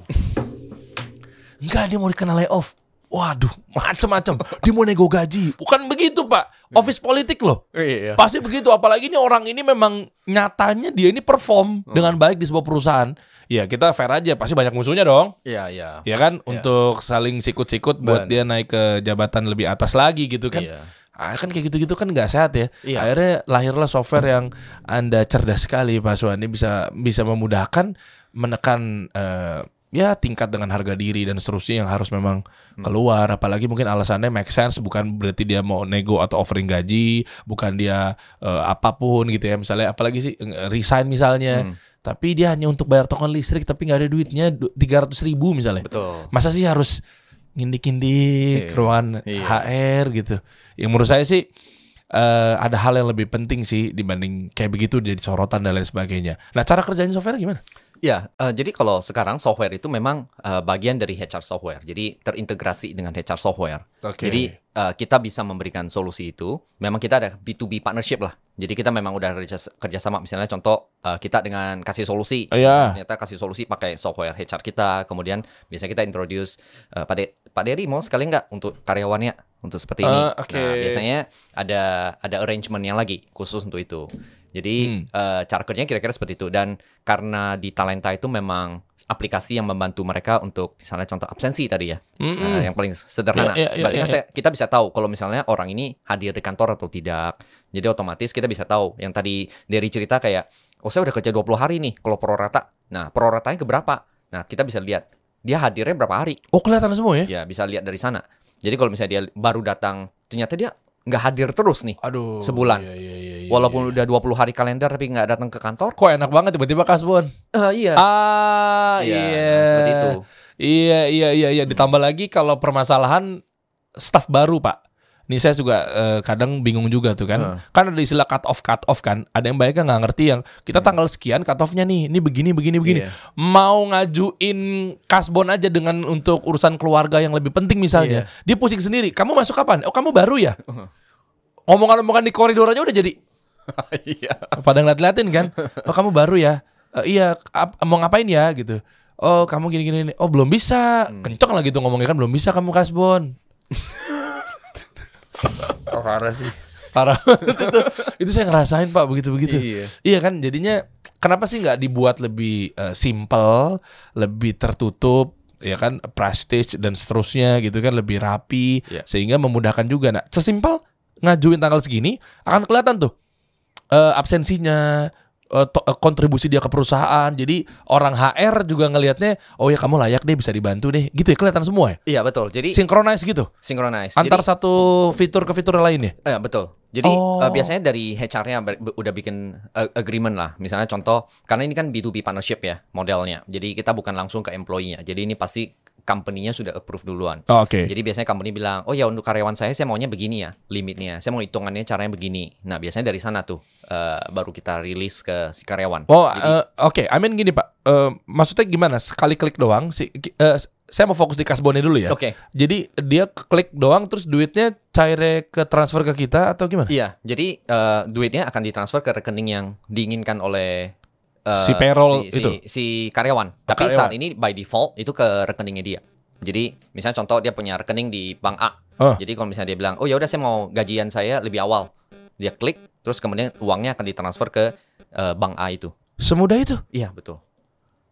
Enggak, dia mau dikena layoff. Waduh, macem-macem. Dia mau nego gaji. Bukan begitu, Pak. Office politik loh. Iya. Pasti begitu. Apalagi ini orang ini memang nyatanya dia ini perform dengan baik di sebuah perusahaan. Ya kita fair aja. Pasti banyak musuhnya dong. Iya, iya. Ya kan, untuk saling sikut-sikut buat Benar. dia naik ke jabatan lebih atas lagi gitu kan. Iya. Ah, kan kayak gitu-gitu kan nggak sehat ya. Iya. Akhirnya lahirlah software yang Anda cerdas sekali Pak Suwandi, bisa bisa memudahkan menekan eh, ya tingkat dengan harga diri dan seterusnya yang harus memang keluar. Apalagi mungkin alasannya make sense, bukan berarti dia mau nego atau offering gaji, bukan dia eh, apapun gitu ya. Misalnya apalagi sih eh, resign misalnya. Hmm. Tapi dia hanya untuk bayar token listrik tapi nggak ada duitnya tiga ratus ribu misalnya. Betul. Masa sih harus ngindik-ngindik Iya. ke ruangan Iya. H R gitu. Yang menurut saya sih eh, ada hal yang lebih penting sih dibanding kayak begitu jadi sorotan dan lain sebagainya. Nah cara kerjanya software gimana? Ya, eh, jadi kalau sekarang software itu memang eh, bagian dari H R software. Jadi terintegrasi dengan H R software. Oke. Jadi eh, kita bisa memberikan solusi itu. Memang kita ada B to B partnership lah. Jadi kita memang udah kerja- kerjasama. Misalnya contoh eh, kita dengan kasih solusi. Oh, iya. Ternyata kasih solusi pakai software H R kita. Kemudian biasanya kita introduce eh, Pak, De- Pak Dery mau sekali nggak untuk karyawannya untuk seperti ini. Ah, oke. Nah biasanya ada ada arrangementnya lagi khusus untuk itu. Jadi Hmm. eh, cara kerjanya kira-kira seperti itu. Dan karena di Talenta itu memang aplikasi yang membantu mereka untuk misalnya contoh absensi tadi ya. Mm-mm. Nah, yang paling sederhana. Ya, ya, ya, Berarti kan ya, saya- kita bisa tahu kalau misalnya orang ini hadir di kantor atau tidak. Jadi otomatis kita bisa tahu. Yang tadi dari cerita kayak, oh saya udah kerja dua puluh hari nih kalau prorata. Nah proratanya ke berapa? Nah kita bisa lihat. Dia hadirnya berapa hari? Oh kelihatan semua ya? Ya bisa lihat dari sana. Jadi kalau misalnya dia baru datang, ternyata dia nggak hadir terus nih. Aduh. Sebulan. Iya, iya, iya, iya, Walaupun iya. udah dua puluh hari kalender tapi nggak datang ke kantor. Kok enak banget tiba-tiba kasbon. Eh iya. Ah Iya, iya. nah, seperti itu. Iya iya iya iya. Ditambah lagi kalau permasalahan staff baru Pak. Nih saya juga eh, kadang bingung juga tuh kan. Heeh. Kan ada istilah cut off cut off kan. Ada yang baiknya nggak ngerti yang kita tanggal sekian cut offnya nih. Ini begini begini begini. Iya. Mau ngajuin kasbon aja dengan untuk urusan keluarga yang lebih penting misalnya. Dia pusing sendiri. Kamu masuk kapan? Oh kamu baru ya. Omongan-omongan di koridor aja udah jadi Iya. pada ngeliat-ngeliatin kan. Oh kamu baru ya. "Eh, iya ap- mau ngapain ya gitu. Oh kamu gini-gini. Oh belum bisa. Kenceng lah gitu ngomongnya kan belum bisa kamu kasbon. Oh, parah sih. Parah. itu, itu saya ngerasain Pak begitu-begitu. Iya. Iya kan jadinya kenapa sih nggak dibuat lebih eh, simple, lebih tertutup, ya kan prestige dan seterusnya gitu kan lebih rapi Iya. sehingga memudahkan juga. Nah, sesimpel ngajuin tanggal segini akan kelihatan tuh eh, absensinya, eh, to- eh, kontribusi dia ke perusahaan. Jadi orang H R juga ngelihatnya, oh ya kamu layak deh bisa dibantu deh. Gitu ya kelihatan semua ya. Iya betul. Jadi Synchronize gitu synchronize. antar Jadi, satu fitur ke fitur lainnya. eh, betul. Jadi Oh. eh, biasanya dari H R-nya ber- be- udah bikin eh, agreement lah. Misalnya contoh, karena ini kan B to B partnership ya modelnya. Jadi kita bukan langsung ke employee-nya. Jadi ini pasti company-nya sudah approve duluan. Oh, Oke. Jadi biasanya company bilang, oh ya untuk karyawan saya saya maunya begini ya limitnya. Saya mau hitungannya caranya begini. Nah biasanya dari sana tuh eh, baru kita rilis ke si karyawan. Oh, Jadi, eh, oke. I mean gini Pak, Eh, maksudnya gimana? Sekali klik doang, si, ki- eh, saya mau fokus di kasbonnya dulu ya. Oke. Jadi dia klik doang, terus duitnya cairnya ke transfer ke kita atau gimana? Iya, jadi eh, duitnya akan ditransfer ke rekening yang diinginkan oleh eh, Si payroll si, itu? si, si karyawan. Tapi karyawan. saat ini by default itu ke rekeningnya dia. Jadi misalnya contoh dia punya rekening di bank A. Oh. Jadi kalau misalnya dia bilang, oh ya udah saya mau gajian saya lebih awal, dia klik, terus kemudian uangnya akan ditransfer ke eh, bank A itu. Semudah itu? Iya betul.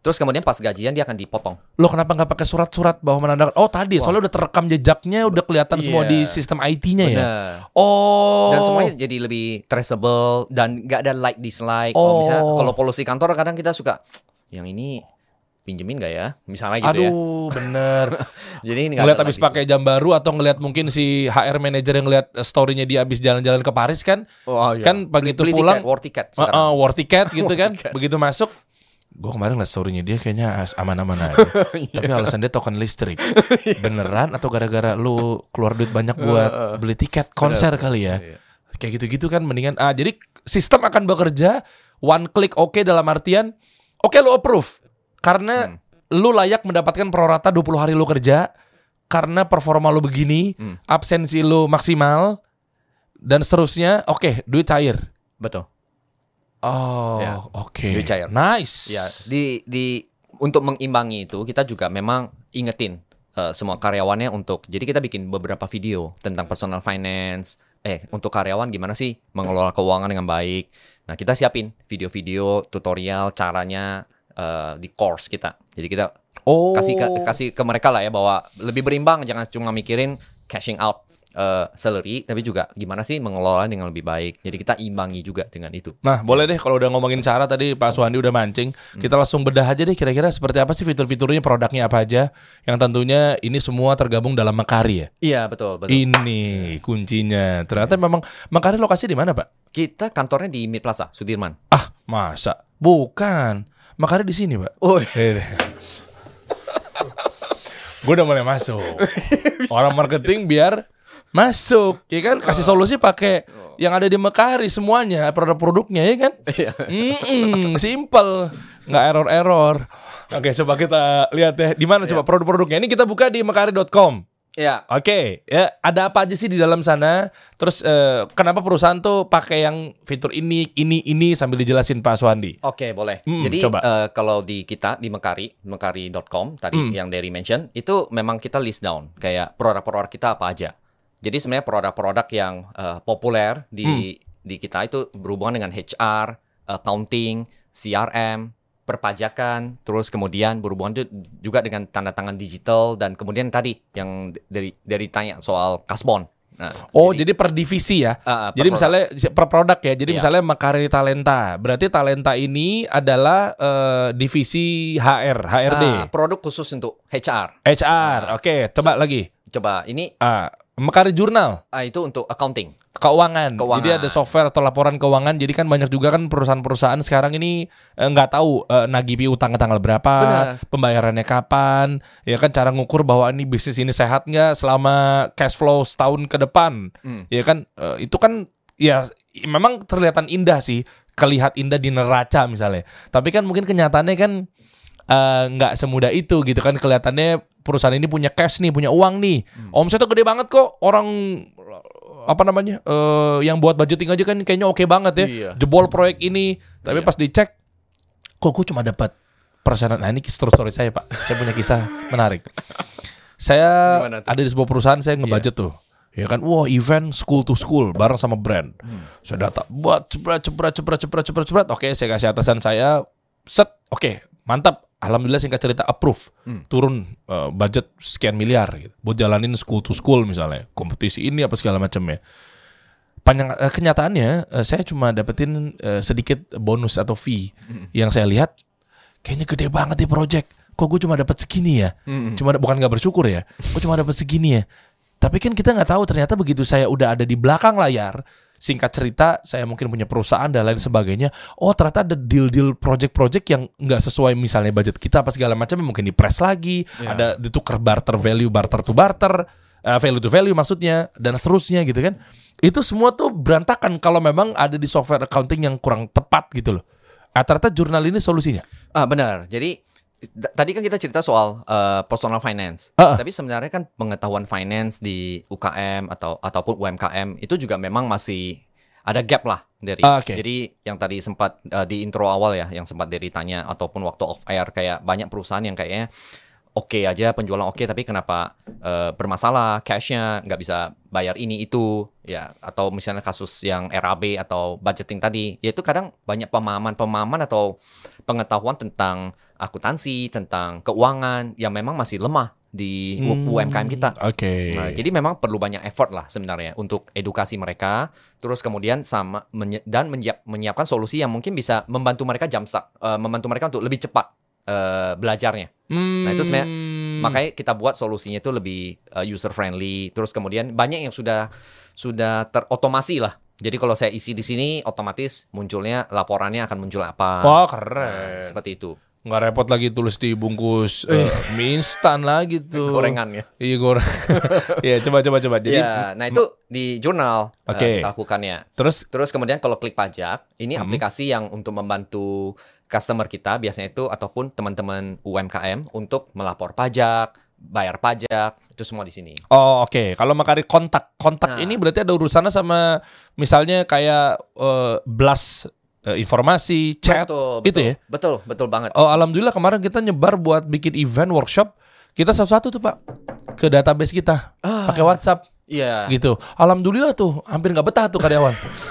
Terus kemudian pas gajian dia akan dipotong. Lo kenapa nggak pakai surat-surat bahwa menandakan? Oh tadi, Wah. soalnya udah terekam jejaknya, udah kelihatan semua Iya. di sistem I T-nya ya. Benar. Oh. Dan semuanya jadi lebih traceable dan nggak ada like dislike. Oh. Oh, misalnya kalau polusi kantor kadang kita suka yang ini pinjemin gak ya? Misalnya gitu ya. Aduh, bener. Jadi ini nggak Ngeliat ada abis like pakai jam baru atau ngeliat mungkin si H R manager yang ngeliat story-nya dia abis jalan-jalan ke Paris kan. dislike. Oh, iya. Kan begitu Beli- beli pulang, tiket, war ticket Uh, sekarang. uh, war ticket gitu War kan. ticket. Begitu masuk, gue kemarin ngeliat story-nya dia kayaknya as- aman-aman aja. Tapi alasan dia token listrik. Beneran atau gara-gara lu keluar duit banyak buat beli tiket konser kali ya? Iya. Kayak gitu-gitu kan mendingan. Ah, jadi sistem akan bekerja one click oke dalam artian oke lu approve karena Hmm. lu layak mendapatkan prorata dua puluh hari lu kerja karena performa lu begini, Hmm. absensi lu maksimal dan seterusnya. Oke, duit cair. Betul. Oh, Ya, oke. duit cair. Nice. Ya, di di untuk mengimbangi itu kita juga memang ingetin uh, semua karyawannya untuk jadi kita bikin beberapa video tentang personal finance. Eh, untuk karyawan gimana sih mengelola keuangan dengan baik. Nah, kita siapin video-video tutorial caranya uh, di course kita. Jadi kita Oh. kasih ke, kasih ke mereka lah ya bahwa lebih berimbang, jangan cuma mikirin cashing out uh, salary, tapi juga gimana sih mengelola dengan lebih baik. Jadi kita imbangi juga dengan itu. Nah, boleh deh kalau udah ngomongin cara tadi Pak Suhandi udah mancing, kita langsung bedah aja deh kira-kira seperti apa sih fitur-fiturnya, produknya apa aja yang tentunya ini semua tergabung dalam Mekari ya. Iya, betul, betul. Ini kuncinya. Ternyata memang Mekari lokasi di mana, Pak? Kita kantornya di Mid Plaza, Sudirman. Ah, masa? Bukan. Mekari di sini, Pak. Oh, Gue udah mulai masuk. Orang marketing biar masuk, ya kan? Kasih solusi pakai yang ada di Mekari semuanya, produk-produknya ya kan? Mm-mm, simple, nggak error-error. Oke, coba kita lihat ya di mana coba produk-produknya. Ini kita buka di mekari dot com. ya. Oke, ya ada apa aja sih di dalam sana? Terus eh, kenapa perusahaan tuh pakai yang fitur ini, ini, ini sambil dijelasin Pak Suhandi? Oke, boleh. Hmm, Jadi coba. eh, kalau di kita di Mekari, mekari dot com tadi Hmm. yang dari mention itu memang kita list down kayak produk-produk kita apa aja. Jadi sebenarnya produk-produk yang eh, populer di di kita itu berhubungan dengan H R, accounting, C R M, perpajakan, terus kemudian berhubungan ju- juga dengan tanda tangan digital dan kemudian tadi yang dari dari tanya soal kasbon. Nah, Oh, jadi, per divisi ya? ah, ah, per Jadi produk. misalnya per produk ya. Jadi Iya. misalnya Mekari Talenta. Berarti Talenta ini adalah eh, divisi H R, H R D, Ah, produk khusus untuk H R. H R. Oke, coba lagi. Coba ini Ah, Mekari Jurnal, ah, itu untuk accounting. keuangan. Keuangan. Jadi ada software atau laporan keuangan. Jadi kan banyak juga kan perusahaan-perusahaan sekarang ini eh, nggak tahu eh, nagih utang tanggal berapa, Benar. pembayarannya kapan, ya kan cara ngukur bahwa ini bisnis ini sehat nggak selama cash flow setahun ke depan. Hmm. Ya kan eh, itu kan ya memang terlihat indah sih, kelihat indah di neraca misalnya. Tapi kan mungkin kenyataannya kan eh, nggak semudah itu gitu kan. Kelihatannya perusahaan ini punya cash nih, punya uang nih. Omsetnya gede banget kok. Orang apa namanya? eh, yang buat budgeting aja kan kayaknya oke banget ya. Iya. Jebol proyek ini. Tapi Iya. pas dicek kok gue cuma dapat persenan. Nah, ini story saya, Pak. Saya punya kisah menarik. Saya Gimana tuh? ada di sebuah perusahaan, saya ngebudget tuh. Ya kan, wah event school to school bareng sama brand. Saya data buat cepret cepret cepret cepret cepret cepret. Oke, saya kasih atasan saya, set, oke, mantap. Alhamdulillah singkat cerita approve, Hmm. turun eh, budget sekian miliar gitu. Buat jalanin school to school misalnya, kompetisi ini apa segala macamnya. Panjang eh, kenyataannya eh, saya cuma dapetin eh, sedikit bonus atau fee. Yang saya lihat kayaknya gede banget di project. Kok gue cuma dapat segini ya? Hmm. Cuma bukan nggak bersyukur ya. Gue cuma dapat segini ya. Tapi kan kita nggak tahu ternyata begitu saya udah ada di belakang layar, singkat cerita saya mungkin punya perusahaan dan lain sebagainya. Oh ternyata ada deal-deal project-project yang nggak sesuai misalnya budget kita apa segala macam, mungkin di press lagi, Ya. ada ditukar barter value, barter to barter, uh, value to value maksudnya dan seterusnya gitu kan. Itu semua tuh berantakan kalau memang ada di software accounting yang kurang tepat gitu loh. Ah, ternyata jurnal ini solusinya. Ah, benar. Jadi d- tadi kan kita cerita soal eh, personal finance. Ah, ah. Tapi sebenarnya kan pengetahuan finance di U K M atau ataupun U M K M itu juga memang masih ada gap lah dari. Ah, oke. Jadi yang tadi sempat eh, di intro awal ya, yang sempat dari tanya ataupun waktu off air kayak banyak perusahaan yang kayaknya oke aja, penjualan oke, tapi kenapa uh, bermasalah, cashnya nggak bisa bayar ini itu, ya, atau misalnya kasus yang R A B atau budgeting tadi, ya itu kadang banyak pemahaman-pemahaman atau pengetahuan tentang akuntansi, tentang keuangan yang memang masih lemah di U M K M kita. Oke. Nah, jadi memang perlu banyak effort lah sebenarnya untuk edukasi mereka, terus kemudian sama menyi- dan menyiap, menyiapkan solusi yang mungkin bisa membantu mereka jumpstart, uh, membantu mereka untuk lebih cepat uh, belajarnya. Hmm. Nah, itu sebenarnya makanya kita buat solusinya itu lebih uh, user friendly. Terus kemudian banyak yang sudah sudah terotomasi lah. Jadi kalau saya isi di sini otomatis munculnya laporannya akan muncul apa. Wah, keren. Nah, seperti itu. Nggak repot lagi tulis di bungkus uh, mie instan lagi tuh. Gorengannya. Iya, goreng. Iya, coba coba coba. Jadi ya, nah itu di jurnal uh, Oke. kita lakukannya. terus Terus kemudian kalau klik pajak, ini Hmm. aplikasi yang untuk membantu customer kita biasanya itu ataupun teman-teman U M K M untuk melapor pajak, bayar pajak, itu semua di sini. Oh, oke. Kalau Makari kontak, kontak Nah. ini berarti ada urusannya sama misalnya kayak eh, blast eh, informasi, chat. Betul, itu betul, ya? Betul, betul banget. Oh, alhamdulillah kemarin kita nyebar buat bikin event workshop. Kita satu-satu tuh, Pak, ke database kita Ah, pakai WhatsApp Iya. gitu. Alhamdulillah tuh, hampir nggak betah tuh karyawan.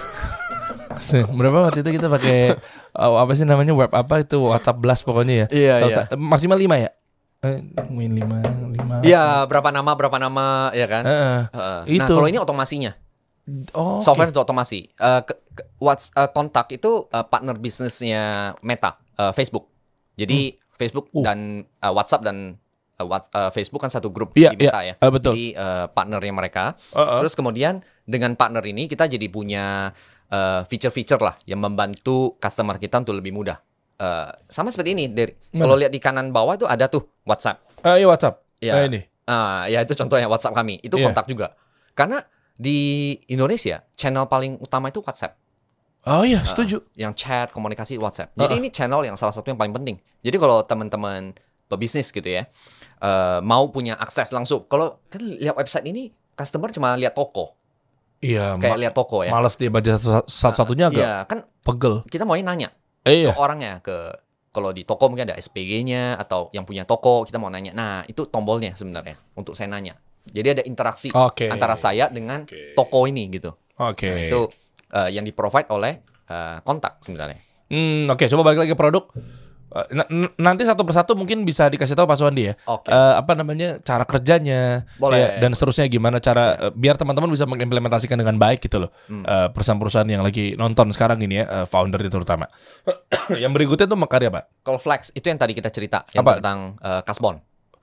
Berapa waktu itu kita pakai eh, apa sih namanya web apa itu WhatsApp blast pokoknya ya. Iya, Salah iya. sa- maksimal lima ya. Eh, main lima, lima. Iya, berapa nama, berapa nama, ya kan? Heeh. Heeh. Nah, Itu. kalau ini otomasinya. Oh, oke. Software untuk otomasi. Eh, ke- ke- what's eh, kontak itu eh, partner bisnisnya Meta, eh, Facebook. Jadi Facebook Uh. dan eh, WhatsApp dan eh, Whats- eh, Facebook kan satu grup Iya, di Meta iya. ya. Eh, betul. Jadi eh, partnernya mereka. Heeh. Terus kemudian dengan partner ini kita jadi punya eh, feature-feature lah yang membantu customer kita untuk lebih mudah. Eh, sama seperti ini. Dari Mana? kalau lihat di kanan bawah itu ada tuh WhatsApp. Eh, iya WhatsApp. Ya. Eh, ini. Ah, ya itu contohnya WhatsApp kami. Itu Iya. kontak juga. Karena di Indonesia channel paling utama itu WhatsApp. Oh iya, setuju. Yang chat, komunikasi WhatsApp. Jadi Ah. ini channel yang salah satu yang paling penting. Jadi kalau teman-teman pebisnis gitu ya, eh, mau punya akses langsung. Kalau kan lihat website ini, customer cuma lihat toko, Iya, kayak ma- lihat toko ya. malas dia baca satu- satu-satunya agak Iya, kan pegel. kita maunya nanya Eh, iya. ke orangnya, ke kalau di toko mungkin ada S P G-nya atau yang punya toko, kita mau nanya. Nah, itu tombolnya sebenarnya untuk saya nanya. Jadi ada interaksi Oke. antara saya dengan Oke. toko ini gitu. Oke. Nah, itu eh, yang di-provide oleh eh, kontak sebenarnya. Hmm, oke, coba balik lagi ke produk. Eh, n- n- nanti satu persatu mungkin bisa dikasih tahu Pak Suwandi ya. Oke. Eh, apa namanya cara kerjanya, Boleh. ya, dan seterusnya gimana cara eh, biar teman-teman bisa mengimplementasikan dengan baik gitu loh. Hmm. Eh, perusahaan-perusahaan yang lagi nonton sekarang ini ya, eh, foundernya terutama. Yang berikutnya tuh Makarya Pak. Kalau flex itu yang tadi kita cerita yang Apa? tentang eh, Kasbon.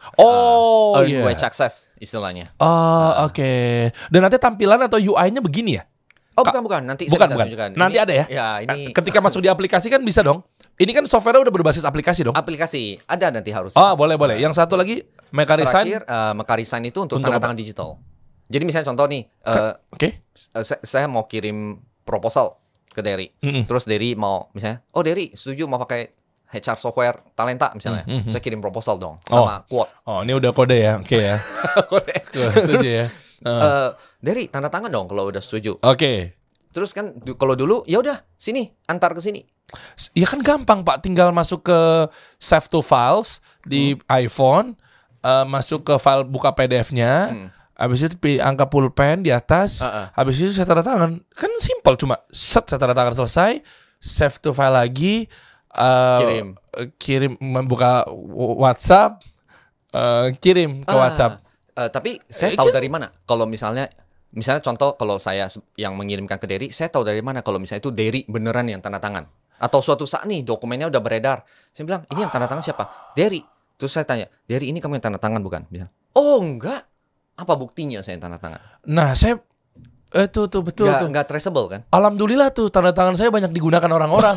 Oh Earn iya. wage access istilahnya. Oh oke. Dan nanti tampilan atau U I-nya begini ya? Oh, Ka- bukan bukan, nanti Bukan, saya bisa bukan. tunjukkan. Nanti Ini- ada ya? Ya, ini Ketika masuk di aplikasi kan bisa dong. Ini kan software udah berbasis aplikasi dong. aplikasi ada nanti harus. Oh boleh boleh. Yang satu lagi Mekarisan. Terakhir eh, Mekarisan itu untuk, Untuk tanda apa? tangan digital. Jadi misalnya contoh nih, eh, Oke. s- eh, saya, saya mau kirim proposal ke Derry. Mm-mm. Terus Derry mau misalnya, oh Derry setuju mau pakai H R software Talenta misalnya. Hmm, hmm, hmm. Saya kirim proposal dong sama quote. Oh ini udah kode ya. Oke ya. Tuh, setuju ya. Uh, Eh, Derry tanda tangan dong kalau udah setuju. Oke. Terus kan du- kalau dulu ya udah sini antar ke sini. Ya kan gampang Pak. Tinggal masuk ke save to files di iPhone. eh, masuk ke file buka P D F-nya. Hmm. Habis itu pilih angka pulpen di atas. Uh-uh. Habis itu saya tanda tangan. Kan simple cuma set saya tanda tangan selesai. Save to file lagi. eh, Kirim. eh, Kirim membuka WhatsApp. eh, kirim ke Ah, WhatsApp. eh, tapi saya Eh, tahu kan- dari mana kalau misalnya misalnya contoh kalau saya se- yang mengirimkan ke Derry, saya tahu dari mana kalau misalnya itu Derry beneran yang tanda tangan. Atau suatu saat nih dokumennya udah beredar. Saya bilang, "Ini yang tanda tangan siapa?" Derry. Terus saya tanya, "Derry ini kamu yang tanda tangan bukan?" Bilang, "Oh, enggak." Apa buktinya saya yang tanda tangan? Nah saya eh, tuh tuh betul Enggak, tuh. enggak traceable kan? Alhamdulillah tuh tanda tangan saya banyak digunakan orang-orang.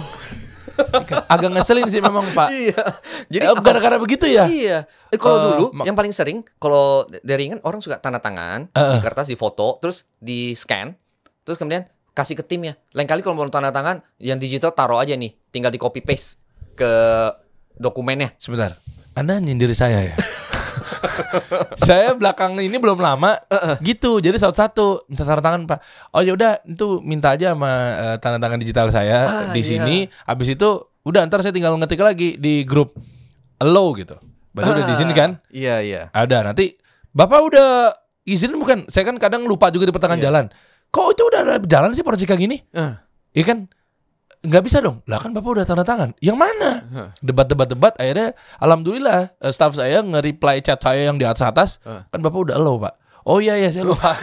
Agak ngeselin sih memang Pak. Iya. Jadi Eh, apa- gara-gara begitu ya. Iya. Eh, kalau Eh, dulu ma- yang paling sering kalau dari kan orang suka tanda tangan Eh, eh. di kertas, di foto, terus di scan, terus kemudian kasih ke timnya. Lain kali kalau mau tanda tangan yang digital taruh aja nih, tinggal di copy paste ke dokumennya. Sebentar. Anda nyindir saya ya. Saya belakang ini belum lama gitu. Jadi satu-satu minta tanda tangan Pak. Oh ya udah itu minta aja sama eh, tanda tangan digital saya Ah, di iya. sini. Habis itu udah ntar saya tinggal ngetik lagi di grup allow gitu. Berarti udah di sini kan? Iya, iya. Ada. Nanti Bapak udah izin bukan? Saya kan kadang lupa juga di pertengahan Iya. jalan. Kok itu udah ada jalan sih proyek kayak gini? Uh. Iya kan? Nggak bisa dong. Lah kan Bapak udah tanda tangan. Yang mana? Huh. Debat-debat-debat. Akhirnya alhamdulillah eh, staff saya nge-reply chat saya yang di atas-atas. Uh. Kan Bapak udah allow, Pak. Oh iya iya saya lupa.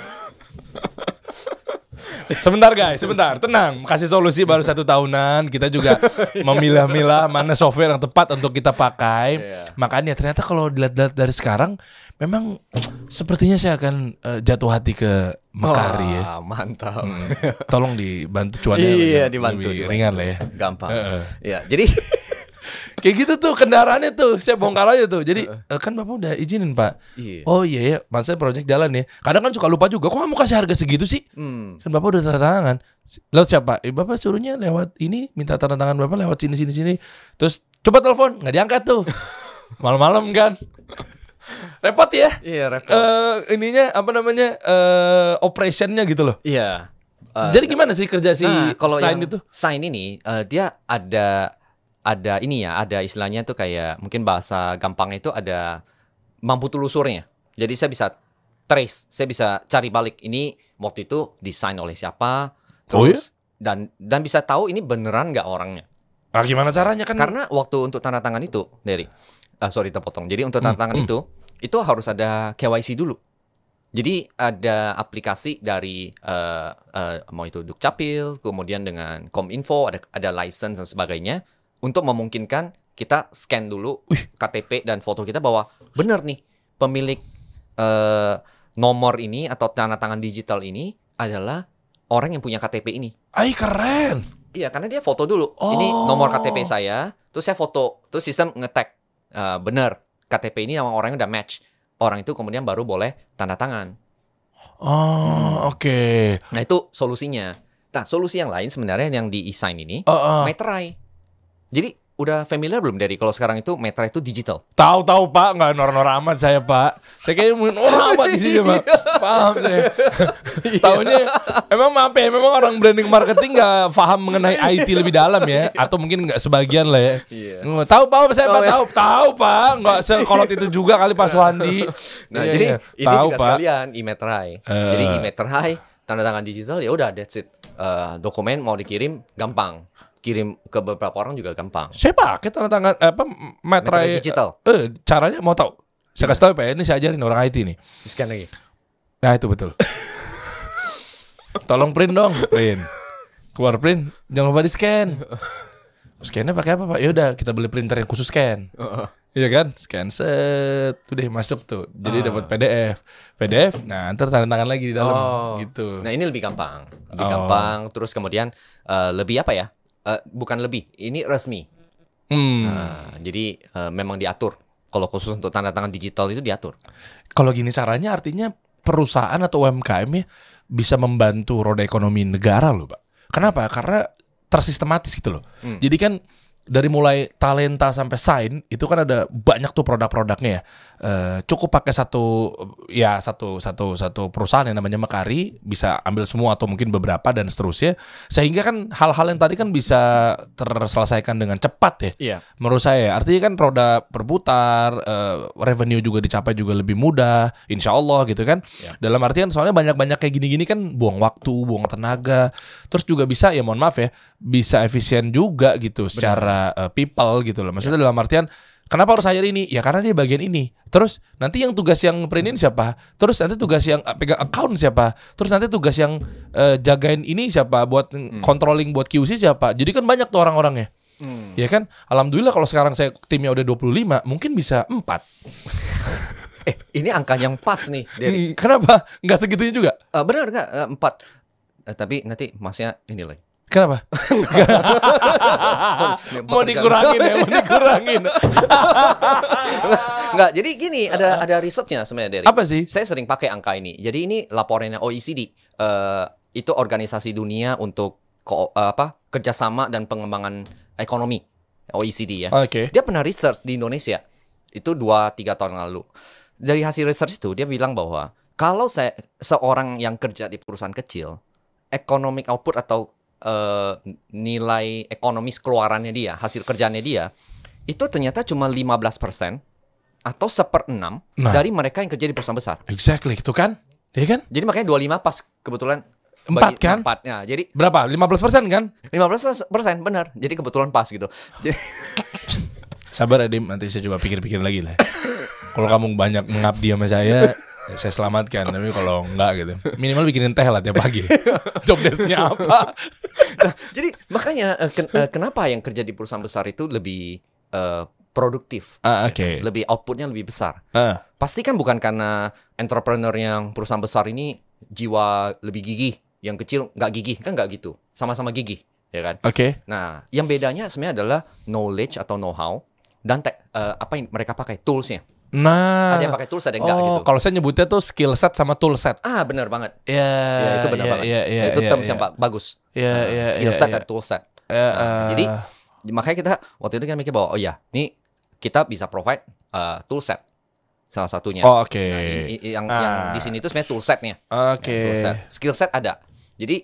Sebentar guys, sebentar, tenang. Kasih solusi baru satu tahunan. Kita juga memilah-milah mana software yang tepat untuk kita pakai. Yeah. Makanya ternyata kalau dilihat dari sekarang, memang sepertinya saya akan uh, jatuh hati ke Mekari ya. Wah, mantap. Hmm. Tolong dibantu cuannya. Iya, lebih- dibantu, lebih dibantu. ringan lah ya. Gampang. Heeh. Iya, jadi Kayak gitu tuh kendaraannya tuh, saya bongkar aja tuh. Jadi eh, kan Bapak udah izinin Pak. Iya. Oh iya ya, masa proyek jalan ya. Kadang kan suka lupa juga, kok kamu kasih harga segitu sih? Hmm. Kan Bapak udah tanda tangan. Lewat siapa? Eh, Bapak suruhnya lewat ini, minta tanda tangan Bapak lewat sini sini sini. Terus coba telepon, nggak diangkat tuh. Malam-malam kan. Repot ya. Iya, repot. Eh ininya apa namanya? Eh operationnya gitu loh. Iya. Eh, Jadi gimana sih kerja si nah, kalau sign yang itu? sign ini eh, dia ada ada ini ya, ada istilahnya tuh kayak mungkin bahasa gampangnya itu ada mampu telusurnya. Jadi saya bisa trace, saya bisa cari balik ini waktu itu desain oleh siapa, Oh terus dan dan bisa tahu ini beneran nggak orangnya. Ah gimana caranya kan? Karena waktu untuk tanda tangan itu, Derry, ah, sorry terpotong. Jadi untuk tanda Hmm, tangan hmm. itu, itu harus ada K Y C dulu. Jadi ada aplikasi dari eh, eh, mau itu Dukcapil, kemudian dengan Kominfo, ada ada license dan sebagainya untuk memungkinkan kita scan dulu K T P dan foto kita bahwa benar nih pemilik eh, nomor ini atau tanda tangan digital ini adalah orang yang punya K T P ini. Ay keren. Iya, karena dia foto dulu. Oh. Ini nomor K T P saya, terus saya foto, terus sistem nge-tag. Eh, benar, K T P ini nama orangnya udah match. Orang itu kemudian baru boleh tanda tangan. Oh oke. Nah, itu solusinya. Nah, solusi yang lain sebenarnya yang di e-sign ini, Oh, oh. Metrai. Jadi, udah familiar belum dari kalau sekarang itu Metrai itu digital? Tahu tahu Pak, nggak nor-nor amat saya Pak. Saya kayaknya mungkin orang amat di sini Pak. Paham saya. Tahunya emang maaf ya, memang orang branding marketing nggak paham mengenai I T lebih dalam ya, atau mungkin nggak sebagian lah ya. Iya. Nggak tahu Pak, saya Oh, Pak ya. tahu tahu Pak, nggak sekolot itu juga kali Pak Suhandi. Nah, Iya, jadi iya. ini Tahu, juga Pak. sekalian e-Metrai. Eh. Jadi e-Metrai, tanda tangan digital ya udah that's it. Eh, dokumen mau dikirim gampang. Kirim ke beberapa orang juga gampang. Saya pakai tanda tangan apa Metrai Metrai digital. Eh, caranya mau tahu? Saya kasih tahu Pak, ini saya ajarin orang I T nih. Di-scan lagi. Nah itu betul. Tolong print dong, print. Keluar print, jangan lupa di scan. Scannya pakai apa Pak? Ya udah kita beli printer yang khusus scan. Iya kan? Scan set, udah masuk tuh. Jadi dapat P D F. P D F, nah ntar tanda tangan lagi di dalam Oh. gitu. Nah, ini lebih gampang. Lebih Oh. gampang. Terus kemudian eh, lebih apa ya? Eh, bukan lebih, ini resmi. Hmm. Nah, jadi eh, memang diatur. Kalau khusus untuk tanda tangan digital itu diatur. Kalau gini caranya artinya perusahaan atau U M K M ya bisa membantu roda ekonomi negara loh Pak. Kenapa? Karena tersistematis gitu loh. Hmm. Jadi kan dari mulai talenta sampai sign itu kan ada banyak tuh produk-produknya ya. Eh, cukup pakai satu ya satu satu satu perusahaan yang namanya Mekari bisa ambil semua atau mungkin beberapa dan seterusnya. Sehingga kan hal-hal yang tadi kan bisa terselesaikan dengan cepat ya. Iya. Menurut saya, artinya kan roda berputar, eh, revenue juga dicapai juga lebih mudah, insya Allah gitu kan. Ya. Dalam artian soalnya banyak-banyak kayak gini-gini kan buang waktu, buang tenaga, terus juga bisa ya mohon maaf ya, bisa efisien juga gitu secara eh, people gitu loh. Maksudnya dalam artian kenapa harus hire ini? Ya karena dia bagian ini. Terus nanti yang tugas yang printin siapa? Terus nanti tugas yang eh, pegang account siapa? Terus nanti tugas yang eh, jagain ini siapa? Buat controlling buat Q C siapa? Jadi kan banyak tuh orang-orangnya. Hmm. Ya kan, alhamdulillah kalau sekarang saya timnya udah dua puluh lima, mungkin bisa empat. Eh, ini angka yang pas nih, Derry. Hmm, Kenapa? Nggak segitunya juga? Eh, benar nggak? Eh, empat. Eh, tapi nanti masnya ini lagi. Kenapa? mau dikurangin ya, mau dikurangin. Enggak, jadi gini, ada ada risetnya sebenarnya, Derry. Apa sih? Saya sering pakai angka ini. Jadi ini laporannya O E C D. Eh, itu organisasi dunia untuk ko- eh, apa kerjasama dan pengembangan ekonomi, O E C D ya. Oke. Dia pernah research di Indonesia. Itu dua tiga tahun lalu. Dari hasil research itu dia bilang bahwa kalau saya seorang yang kerja di perusahaan kecil, economic output atau eh, nilai ekonomis keluarannya dia, hasil kerjaannya dia, itu ternyata cuma lima belas persen atau seperenam Nah. dari mereka yang kerja di perusahaan besar. Exactly, itu kan? Iya kan? Jadi makanya dua puluh lima pas kebetulan Empat bagi- kan? Empat. Ya, jadi Berapa? lima belas persen kan? lima belas persen benar. Jadi kebetulan pas gitu. Jadi, Sabar ya, Dim. Nanti saya coba pikir-pikir lagi lah. Kalau kamu banyak mengabdi sama saya, ya saya selamatkan. Tapi kalau enggak gitu, minimal bikinin teh lah tiap pagi. Job desk-nya apa? nah, jadi makanya eh, ken- eh, kenapa yang kerja di perusahaan besar itu lebih eh, produktif, Ah, oke. lebih outputnya lebih besar. Ah, Pasti kan bukan karena entrepreneur yang perusahaan besar ini jiwa lebih gigih, yang kecil nggak gigih, kan nggak gitu. Sama-sama gigih, ya kan? oke. Nah, yang bedanya sebenarnya adalah knowledge atau know-how dan tek- eh, apa yang mereka pakai, tools-nya. Nah, Ada yang pakai tools, ada yang enggak oh, gitu. kalau saya nyebutnya tuh skill set sama tool set. Ah, benar banget. Ya, Ya, itu benar ya, banget. ya, ya, itu ya, terms ya. yang ba- bagus. Ya, Nah, ya, skill ya, set ya. dan tool set. Ya, Nah, eh, jadi makanya kita waktu itu kan mikir bahwa oh ya, ini kita bisa provide uh, tool set salah satunya. oh, oke. Nah, i- i- yang Ah. yang di sini itu sebenarnya tool setnya. Oke. Ya, tool set. Skill set ada. Jadi,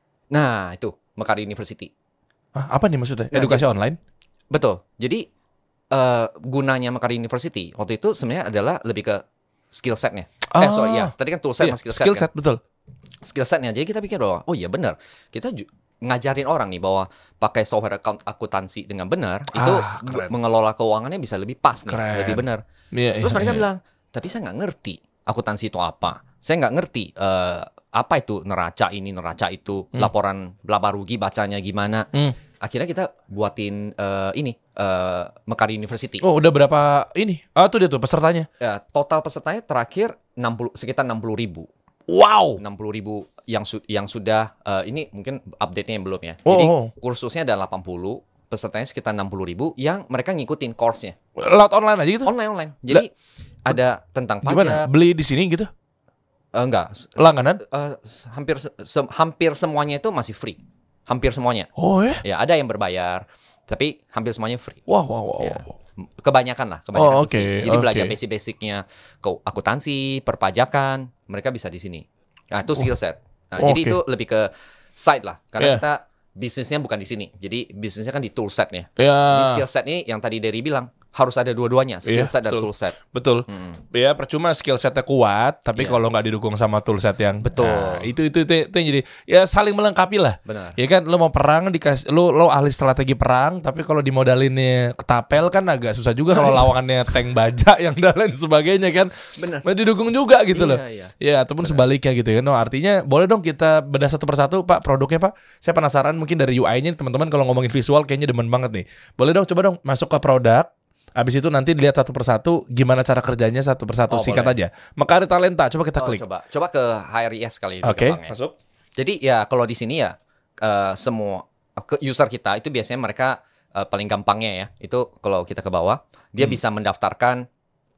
nah itu Mekari University. Ah, apa nih maksudnya? Nah, Edukasi online? Betul. Jadi eh, gunanya Mekari University waktu itu sebenarnya adalah lebih ke skill setnya. Eh Ah. sorry ya, tadi kan tool set Iya, sama skill set. skill kan? set, betul. Skill setnya. Jadi kita pikir bahwa oh iya benar, kita ju- ngajarin orang nih bahwa pakai software account akuntansi dengan benar itu Ah, keren. mengelola keuangannya bisa lebih pas nih, Keren. lebih benar. Iya, Terus iya, mereka iya. bilang, tapi saya nggak ngerti akuntansi itu apa. Saya nggak ngerti eh, apa itu neraca ini, neraca itu, Hmm. laporan laba rugi bacanya gimana. Hmm. Akhirnya kita buatin eh, ini eh, Mekari University. Oh, udah berapa ini? Ah, tuh dia tuh pesertanya. Ya, total pesertanya terakhir enam puluh sekitar enam puluh ribu. Wow. enam puluh ribu yang su- yang sudah eh, ini mungkin update-nya yang belum ya. Oh, Jadi oh. kursusnya ada delapan puluh, pesertanya sekitar enam puluh ribu yang mereka ngikutin course-nya. Laut online aja gitu? Online online. Jadi ada tentang Gimana? pajak. Beli di sini gitu? Eh, enggak, s- Langganan? eh, s- hampir se- se- hampir semuanya itu masih free. Hampir semuanya. Oh ya? Ya, ada yang berbayar, tapi hampir semuanya free. Wow, wow, wow. Ya. Kebanyakan lah, kebanyakan Oh, tuh free. oke, Jadi oke. belajar basic-basicnya ke akuntansi, perpajakan, mereka bisa di sini. Nah, itu skill set. Nah, Oh, jadi oke. itu lebih ke side lah, Iya. karena kita bisnisnya bukan di sini. Jadi bisnisnya kan di tool setnya. Ya, Di skill set ini yang tadi Derry bilang harus ada dua-duanya, Iya, skill set dan betul. tool set. betul. Mm-mm. Ya percuma skill setnya kuat, tapi Iya. kalau nggak didukung sama tool set yang Betul. Nah, itu, itu itu itu yang jadi ya saling melengkapi lah. Benar. Ya kan, lo mau perang dikasih lo lo ahli strategi perang, tapi kalau dimodalinnya ketapel kan agak susah juga kalau lawangannya tank baja yang dan lain sebagainya kan. Benar. Nah, didukung juga gitu loh. Iya, iya. Ya ataupun sebaliknya gitu ya. No, artinya boleh dong kita bedah satu persatu Pak produknya Pak. Saya penasaran mungkin dari U I-nya teman-teman kalau ngomongin visual kayaknya demen banget nih. Boleh dong coba dong masuk ke produk. Habis itu nanti dilihat satu persatu gimana cara kerjanya satu persatu. Oh, Sikat boleh. aja. Mekari Talenta coba kita Oh, klik. coba coba ke H R I S kali Oke, gampangnya. masuk. Jadi ya kalau di sini ya eh, semua ke user kita itu biasanya mereka eh, paling gampangnya ya itu kalau kita ke bawah dia Hmm. bisa mendaftarkan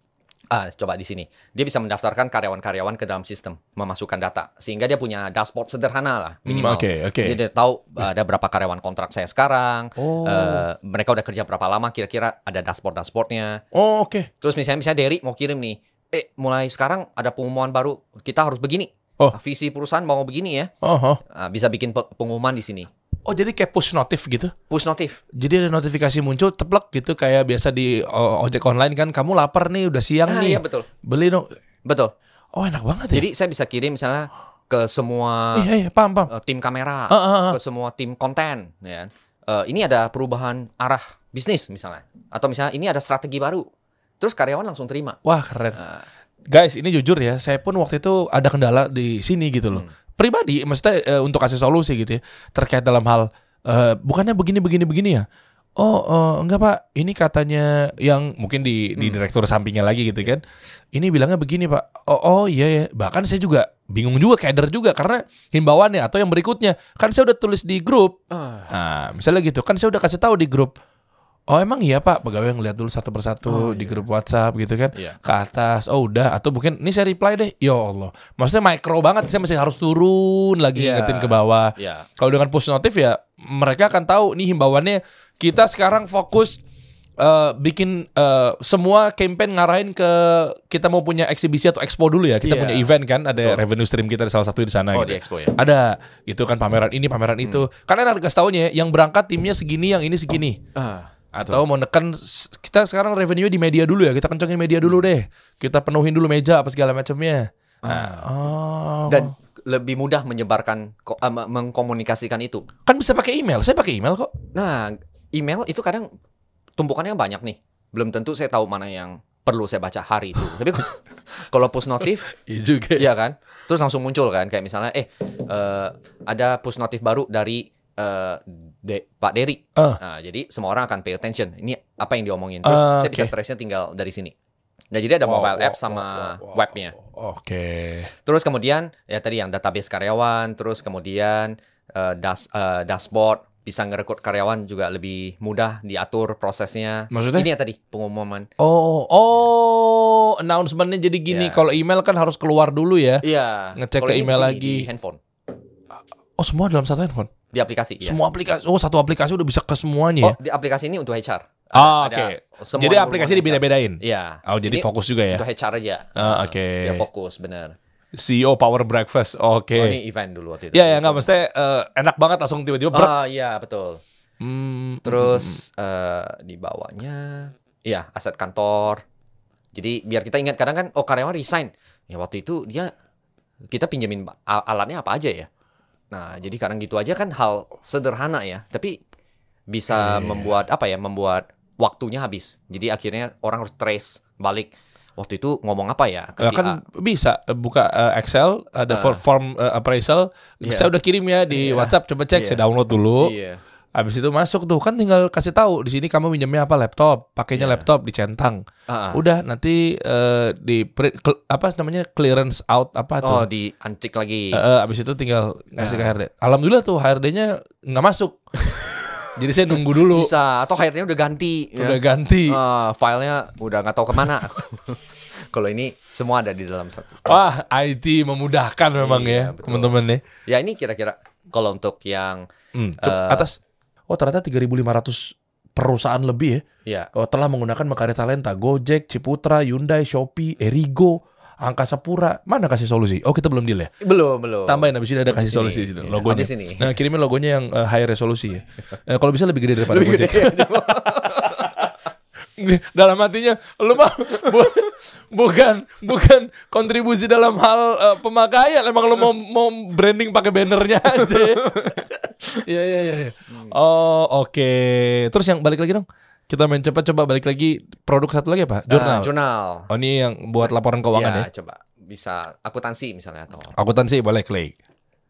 ah coba di sini dia bisa mendaftarkan karyawan-karyawan ke dalam sistem memasukkan data sehingga dia punya dashboard sederhana lah Hmm, minimal. Oke, oke. Jadi dia tahu eh, ada berapa karyawan kontrak saya sekarang, Oh. eh, mereka udah kerja berapa lama kira-kira ada dashboard dashboardnya. Oh, oke. Terus misalnya misalnya Derry mau kirim nih, eh mulai sekarang ada pengumuman baru kita harus begini. Oh. Visi perusahaan mau begini ya. Oh, oh. Ah, bisa bikin pe- pengumuman di sini. Oh, jadi kayak push notif gitu. Push notif. Jadi ada notifikasi muncul teplek gitu kayak biasa di o- ojek online kan, kamu lapar nih udah siang Ah, nih. iya betul. Beli dong. Betul. Oh, enak banget ya. Jadi saya bisa kirim misalnya ke semua iya, iya, paham, paham. eh, tim kamera, Ah, ah, ah. ke semua tim konten, ya. kan? Eh, ini ada perubahan arah bisnis misalnya, atau misalnya ini ada strategi baru. Terus karyawan langsung terima. Wah, keren. Ah. Guys, ini jujur ya, saya pun waktu itu ada kendala di sini gitu loh. Hmm. Pribadi, maksudnya eh, untuk kasih solusi gitu ya, terkait dalam hal eh, bukannya begini begini begini ya. Oh, eh, enggak Pak, ini katanya yang mungkin di di Hmm. direktur sampingnya lagi gitu kan. Ini bilangnya begini Pak. Oh, oh iya ya. Bahkan saya juga bingung juga, keder juga karena himbauannya atau yang berikutnya kan saya udah tulis di grup. Ah. Nah, misalnya gitu kan saya udah kasih tahu di grup. Oh emang iya Pak, pegawai ngeliat dulu satu persatu Oh, di iya. grup WhatsApp gitu kan. Iya. Ke atas, oh udah, atau mungkin ini saya reply deh. Ya Allah, maksudnya micro banget, saya masih harus turun lagi Iya. ngingetin ke bawah. Ya. Kalau dengan push notif ya mereka akan tahu nih himbauannya. Kita sekarang fokus eh, bikin eh, semua campaign ngarahin ke kita mau punya eksibisi atau expo dulu ya. Kita Iya. punya event kan, ada Betul. revenue stream kita salah satu di sana. Oh gitu. di expo ya. Ada, itu kan pameran ini, pameran itu. Karena nanti kasih taunya yang berangkat timnya segini, yang ini segini. Ah. Atau mau neken s- kita sekarang revenue di media dulu ya. Kita kencengin media dulu deh. Kita penuhin dulu meja apa segala macamnya. Nah, oh. Dan lebih mudah menyebarkan ko- eh, me- mengkomunikasikan itu. Kan bisa pakai email. Saya pakai email kok. Nah, email itu kadang tumpukannya banyak nih. Belum tentu saya tahu mana yang perlu saya baca hari itu. Tapi kalau push notif, Iya juga. iya kan? Terus langsung muncul kan, kayak misalnya, eh eh, ada push notif baru dari eh, De- Pak Dery. Ah. Nah, jadi semua orang akan pay attention. Ini apa yang diomongin. Terus Ah, saya bisa oke. trace-nya tinggal dari sini. Nah, jadi ada Wow, mobile wow, app sama wow, wow, wow. webnya. Oke. Terus kemudian ya tadi yang database karyawan, terus kemudian eh, das, eh, dashboard, bisa ngerekrut karyawan juga lebih mudah diatur prosesnya. Maksudnya? Ini ya tadi pengumuman. Oh, oh, announcementnya jadi gini. Iya. Kalau email kan harus keluar dulu ya. Iya. Ngecek Kalau ke ini email di sini, lagi. di handphone, Oh, semua dalam satu handphone. di aplikasi. Iya. Semua aplikasi. Oh, satu aplikasi udah bisa ke semuanya. Oh, ya? di aplikasi ini untuk H R. Ah, Ada oke. semua Jadi yang aplikasi berhubungan H R. dibeda-bedain. Iya. Oh, jadi Ini fokus juga ya. Untuk H R aja. Ah, Nah, oke. Dia fokus, benar. C E O Power Breakfast. Oke. Oh, ini event dulu waktu itu. Ya, ya nggak mesti eh, enak banget langsung tiba-tiba. brek. Ah, iya betul. Hmm, Terus eh, di bawahnya, iya aset kantor. Jadi biar kita ingat kadang kan, oh karyawan resign. Ya waktu itu dia kita pinjemin al- alatnya apa aja ya. Nah jadi kadang gitu aja kan hal sederhana ya, tapi bisa Iya. membuat apa ya, membuat waktunya habis. Jadi akhirnya orang harus trace balik. Waktu itu ngomong apa ya ke Eh, si kan A. bisa eh, buka eh, Excel ada Ah. for- form eh, appraisal. Iya. Saya udah kirim ya di Iya. WhatsApp. Coba cek. Iya. Saya download dulu. Iya. Habis itu masuk tuh kan tinggal kasih tahu di sini kamu minjemnya apa laptop, pakainya Iya. laptop dicentang. Ah, ah. Udah nanti eh, di print, kel- apa namanya clearance out apa tuh. Oh di ancik lagi. Eh, eh, abis itu tinggal ngasih ke H R D. Alhamdulillah tuh H R D-nya nggak masuk. Jadi saya nunggu dulu. Bisa atau akhirnya udah ganti. ya. Udah ganti. Ah, filenya udah nggak tahu kemana. Kalau ini semua ada di dalam satu. Wah, I T memudahkan memang Iya, ya, betul. teman-teman nih. Ya ini kira-kira kalau untuk yang Hmm, coba Eh, atas. Oh, ternyata tiga ribu lima ratus perusahaan lebih ya. ya Oh, telah menggunakan Mekaria Talenta, Gojek, Ciputra, Hyundai, Shopee, Erigo, Angkasa Pura. Mana kasih solusi? Oh, kita belum deal ya. belum belum. Tambahin abis ini ada kasih Habis solusi ini. di situ, Iya, logonya. habis ini. Nah, kirimin logonya yang eh, high resolusi ya. Eh, kalau bisa lebih gede daripada Lebih Gojek. gede. Dalam hatinya lu mah bu- bukan bukan kontribusi dalam hal eh, pemakaian, emang lu mau mau branding pakai bannernya aja. Iya iya iya. iya. Oh, oke. Terus yang balik lagi dong. Kita main cepat, coba balik lagi produk satu lagi apa? Jurnal. Ah, jurnal. Oh, ini yang buat laporan keuangan ya. Ya, coba bisa akuntansi misalnya atau. Akuntansi boleh klik.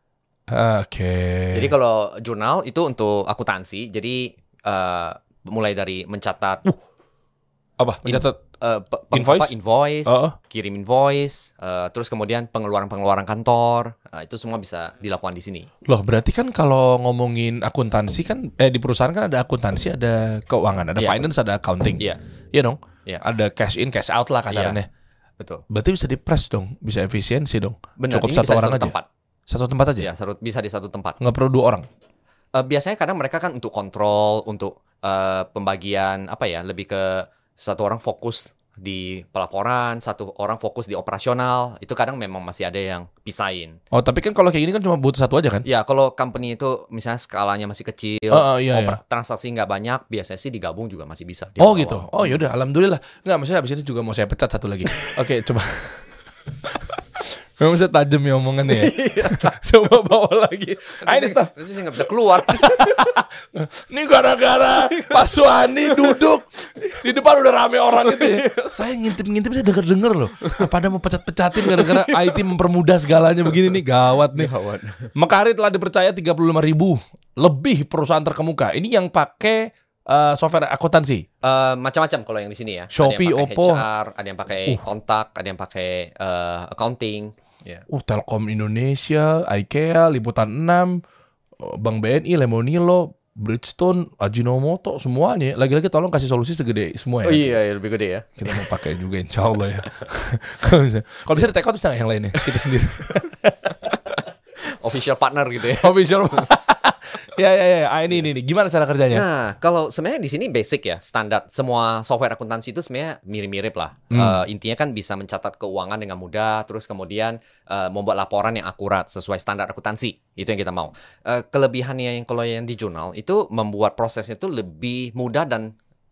Oke. Jadi kalau jurnal itu untuk akuntansi. Jadi eh, mulai dari mencatat apa? Mencatat eh, pe- peng- Invoice? apa, invoice, Oh. kirim invoice, eh, terus kemudian pengeluaran-pengeluaran kantor. Nah, itu semua bisa dilakukan di sini. loh, berarti kan kalau ngomongin akuntansi kan eh di perusahaan kan ada akuntansi, ada keuangan, ada Iya. finance, ada accounting. Iya, Iya dong. Iya. Ada cash in, cash out lah kasarannya. betul. Berarti bisa di-press dong, bisa efisiensi dong. Benar, Cukup ini satu bisa di orang satu aja. tempat. Satu tempat aja. Ya, satu- bisa di satu tempat. Nggak perlu dua orang. Eh, biasanya kadang mereka kan untuk kontrol, untuk eh, pembagian apa ya, lebih ke satu orang fokus di pelaporan, satu orang fokus di operasional. Itu kadang memang masih ada yang pisahin. Oh, tapi kan kalau kayak gini kan cuma butuh satu aja kan? Ya, kalau company itu misalnya skalanya masih kecil, Oh, oh, iya, oper- transaksi nggak banyak, biasanya sih digabung juga masih bisa. di Oh awal. gitu. Oh yaudah, alhamdulillah. Nggak, maksudnya habis ini juga mau saya pecat satu lagi. Oke, coba. Memang saya tajam ya omongannya ya. Coba bawa lagi. Ah, ini stuff. Terus sih nggak bisa keluar. Ini gara-gara Pak Suhani duduk di depan udah rame orang gitu ya. Saya ngintip-ngintip, saya denger-denger loh. Apa ada mau pecat-pecatin gara-gara I T mempermudah segalanya begini nih. Gawat nih. Mekaria telah dipercaya tiga puluh lima ribu lebih perusahaan terkemuka. Ini yang pakai eh, software akuntansi. Eh, macam-macam kalau yang di sini ya. Shopee, ada yang pakai Oppo. H R, ada yang pakai kontak, ada yang pakai eh, accounting. Ya. Uh, Telkom Indonesia, IKEA, Liputan enam, eh, Bank B N I, Lemonilo, Bridgestone, Ajinomoto, semuanya. Lagi-lagi tolong kasih solusi segede semua ya. Oh iya, iya, lebih gede ya. Kita mau pakai juga insya Allah ya. Kalau bisa, kalau bisa di take out bisa nggak yang lainnya? Kita sendiri. Official partner gitu ya. Official. ya ya ya. Ah, ini ini ini. Gimana cara kerjanya? Nah, kalau sebenarnya di sini basic ya, standar. Semua software akuntansi itu sebenarnya mirip-mirip lah. Hmm. Eh, intinya kan bisa mencatat keuangan dengan mudah, terus kemudian eh, membuat laporan yang akurat sesuai standar akuntansi. Itu yang kita mau. Eh, kelebihannya yang kalau yang di jurnal itu membuat prosesnya itu lebih mudah dan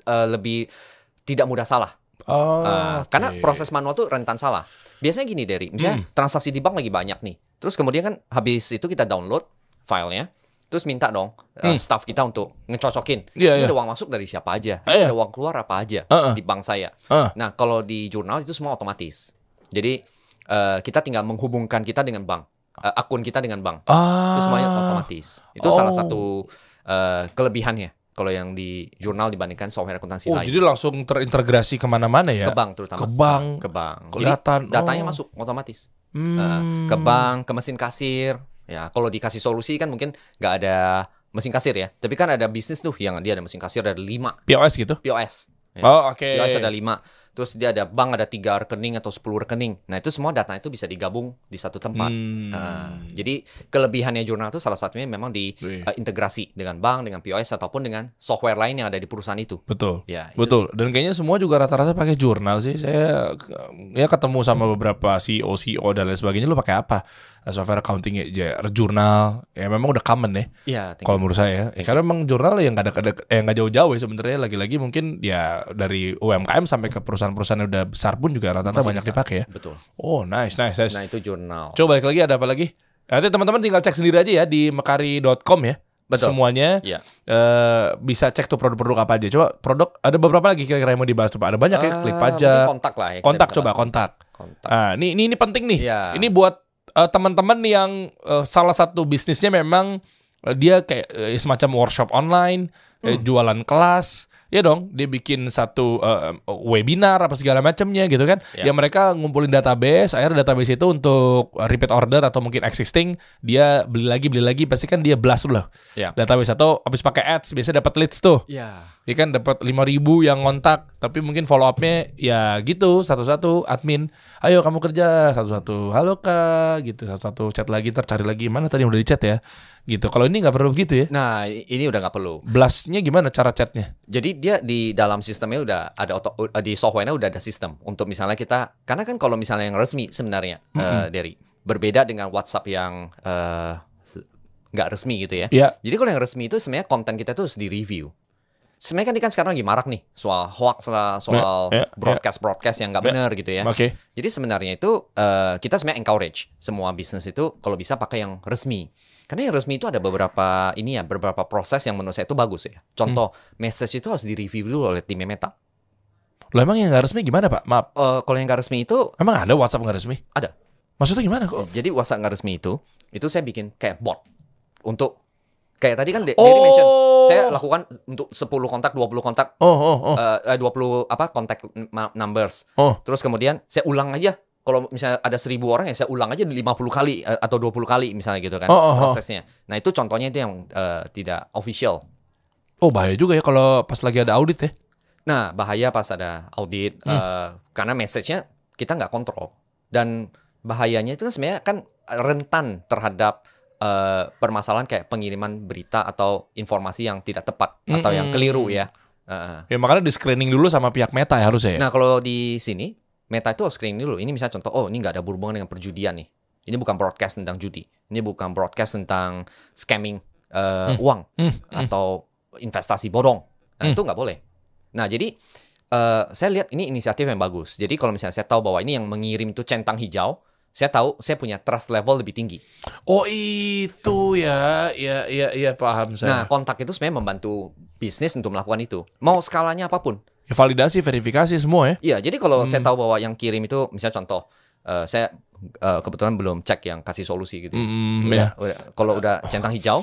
uh, lebih tidak mudah salah. Oh, Uh, oke. Karena proses manual tuh rentan salah. Biasanya gini Derry, misalnya Hmm. transaksi di bank lagi banyak nih. Terus kemudian kan habis itu kita download filenya, terus minta dong uh, Hmm. staff kita untuk ngecocokin. Iya, Ini iya. ada uang masuk dari siapa aja, Ah, iya. ini ada uang keluar apa aja Uh-uh. di bank saya. Uh. Nah kalau di jurnal itu semua otomatis. Jadi uh, kita tinggal menghubungkan kita dengan bank, uh, akun kita dengan bank. Ah. Itu semuanya otomatis. Itu Oh. salah satu uh, kelebihannya kalau yang di jurnal dibandingkan software akuntansi Oh, lain. jadi langsung terintegrasi kemana-mana ya? Ke bank terutama. Ke bank. Nah, ke bank. Jadi Kelihatan. datanya Oh. masuk otomatis. Hmm. Uh, ke bank, ke mesin kasir. Ya, kalau dikasih solusi kan mungkin nggak ada mesin kasir ya. Tapi kan ada bisnis tuh yang dia ada mesin kasir ada lima P O S gitu? P O S. Ya. Oh, oke. P O S ada lima. Terus dia ada bank ada tiga rekening atau sepuluh rekening. Nah itu semua data itu bisa digabung di satu tempat. Hmm. Nah, jadi kelebihannya jurnal itu salah satunya memang di Wih. uh, integrasi dengan bank, dengan P O S ataupun dengan software lain yang ada di perusahaan itu. Betul. Ya, itu Betul. Dan kayaknya semua juga rata-rata pakai jurnal sih. Saya ya ketemu sama beberapa C E O, C E O dan lain sebagainya. Lu pakai apa? Software accounting ya, jurnal. Ya memang udah common ya. Iya, thank Kalau you. menurut saya, ya, karena memang jurnal yang nggak ada, ada yang nggak jauh-jauh ya sebenarnya. Lagi-lagi mungkin ya dari U M K M sampai ke perusahaan-perusahaan yang udah besar pun juga rata-rata Masih banyak bisa. dipakai ya. Betul. Oh, nice, nice, nice. Nah itu jurnal. Coba balik lagi, ada apa lagi? Nanti teman-teman tinggal cek sendiri aja ya di mekari dot com ya. Betul. Semuanya Iya. eh, bisa cek tuh produk-produk apa aja. Coba produk ada beberapa lagi kira-kira yang mau dibahas tuh Pak. Ada banyak ya, Eh, klik mungkin pajak. kontak lah ya. kita Kontak bisa coba bahas. kontak. Kontak. Ah, ini ini ini penting nih. Iya. Ini buat eh, teman-teman yang eh, salah satu bisnisnya memang eh, dia kayak eh, semacam workshop online, eh, jualan kelas, ya dong. Dia bikin satu eh, webinar apa segala macamnya gitu kan. Ya. Yang mereka ngumpulin database, akhirnya database itu untuk repeat order atau mungkin existing, dia beli lagi beli lagi, pasti kan dia blast dulu lah. Ya. Database atau habis pakai ads biasanya dapat leads tuh. Iya. Ya kan dapat lima ribu yang ngontak, tapi mungkin follow up-nya ya gitu, satu-satu admin, ayo kamu kerja, satu-satu, halo kak, gitu, satu-satu chat lagi, ntar cari lagi, mana tadi yang udah di chat ya, gitu. Kalau ini nggak perlu begitu ya, Nah i- ini udah nggak perlu. blastnya gimana cara chatnya? Jadi dia di dalam sistemnya udah ada auto, uh, di softwarenya udah ada sistem untuk misalnya kita, karena kan kalau misalnya yang resmi sebenarnya uh, dari berbeda dengan WhatsApp yang uh, nggak resmi gitu ya. Ya, Jadi kalau yang resmi itu sebenarnya konten kita tuh harus di review. Sebenarnya kan ini kan sekarang lagi marak nih soal hoax lah, soal Ya, ya, broadcast broadcast yang nggak Ya. benar gitu ya. oke. Jadi sebenarnya itu uh, kita sebenarnya encourage semua bisnis itu kalau bisa pakai yang resmi. Karena yang resmi itu ada beberapa ini ya, beberapa proses yang menurut saya itu bagus ya. Contoh, message itu harus di-review dulu oleh tim Meta. Lo emang yang nggak resmi gimana Pak? Maaf, Uh, kalau yang nggak resmi itu emang ada WhatsApp nggak resmi? ada. Maksudnya gimana kok? Jadi WhatsApp nggak resmi itu, itu saya bikin kayak bot untuk kayak tadi kan De- Oh. Derry mention, saya lakukan untuk sepuluh kontak, dua puluh kontak, Oh, oh, oh, eh, dua puluh apa kontak ma- numbers. oh, Terus kemudian saya ulang aja. Kalau misalnya ada seribu orang ya saya ulang aja lima puluh kali eh, atau dua puluh kali misalnya gitu kan Oh, oh, oh. prosesnya. Nah itu contohnya itu yang eh, tidak official. oh bahaya juga ya kalau pas lagi ada audit ya. Nah bahaya pas ada audit Hmm. eh, karena message-nya kita nggak kontrol. Dan bahayanya itu kan sebenarnya kan rentan terhadap eh, permasalahan kayak pengiriman berita atau informasi yang tidak tepat atau yang Mm-mm. keliru ya. Eh, Ya makanya di screening dulu sama pihak Meta ya harusnya ya. Nah kalau di sini Meta itu harus screening dulu. Ini misalnya contoh, oh ini nggak ada berhubungan dengan perjudian nih. Ini bukan broadcast tentang judi. Ini bukan broadcast tentang scamming eh, uang Hmm, hmm. atau investasi bodong. Nah Hmm. itu nggak boleh. Nah jadi eh, saya lihat ini inisiatif yang bagus. Jadi kalau misalnya saya tahu bahwa ini yang mengirim itu centang hijau, saya tahu saya punya trust level lebih tinggi. Oh itu ya, ya, ya, ya paham Nah saya. kontak itu sebenarnya membantu bisnis untuk melakukan itu. Mau skalanya apapun. Ya, validasi, verifikasi semua ya. Iya, jadi kalau Hmm. saya tahu bahwa yang kirim itu, misalnya contoh, eh, saya eh, kebetulan belum cek yang kasih solusi gitu. Hmm, Udah, ya. udah- kalau udah centang hijau,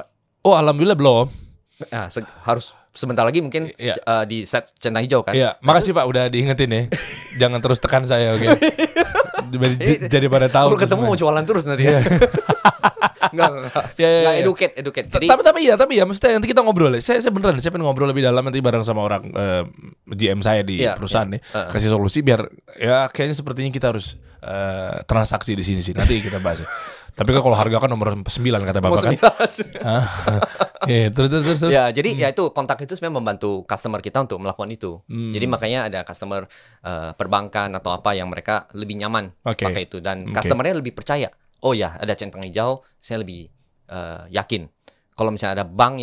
Oh alhamdulillah belum. ah, se- harus sebentar lagi mungkin Iya. eh, di set centang hijau kan. Iya, makasih Pak udah diingetin ya. Jangan terus tekan saya, oke. Jadi, jadi pada tahu. Kalau ketemu mau jualan terus nanti ya. Enggak, enggak. Ya, ya, Enggak ya. educate, educate. Jadi Tapi tapi ya, tapi ya maksudnya nanti kita ngobrol ya. Saya saya beneran saya pengen ngobrol lebih dalam nanti bareng sama orang eh, G M saya di Iya, perusahaan iya. nih. Heeh. Kasih solusi biar ya kayaknya sepertinya kita harus eh, transaksi di sini sih. Nanti kita bahas ya. Tapi kan kalau harga kan nomor sembilan kata mau Bapak kan. sembilan. Hah? Iya, terus terus terus. terus. Ya, jadi ya itu kontak itu sebenarnya membantu customer kita untuk melakukan itu. Hmm. Jadi makanya ada customer eh, perbankan atau apa yang mereka lebih nyaman Oke. pakai itu dan Oke. customernya lebih percaya. Oh ya, ada centang hijau, saya lebih eh, yakin. Kalau misalnya ada bank yang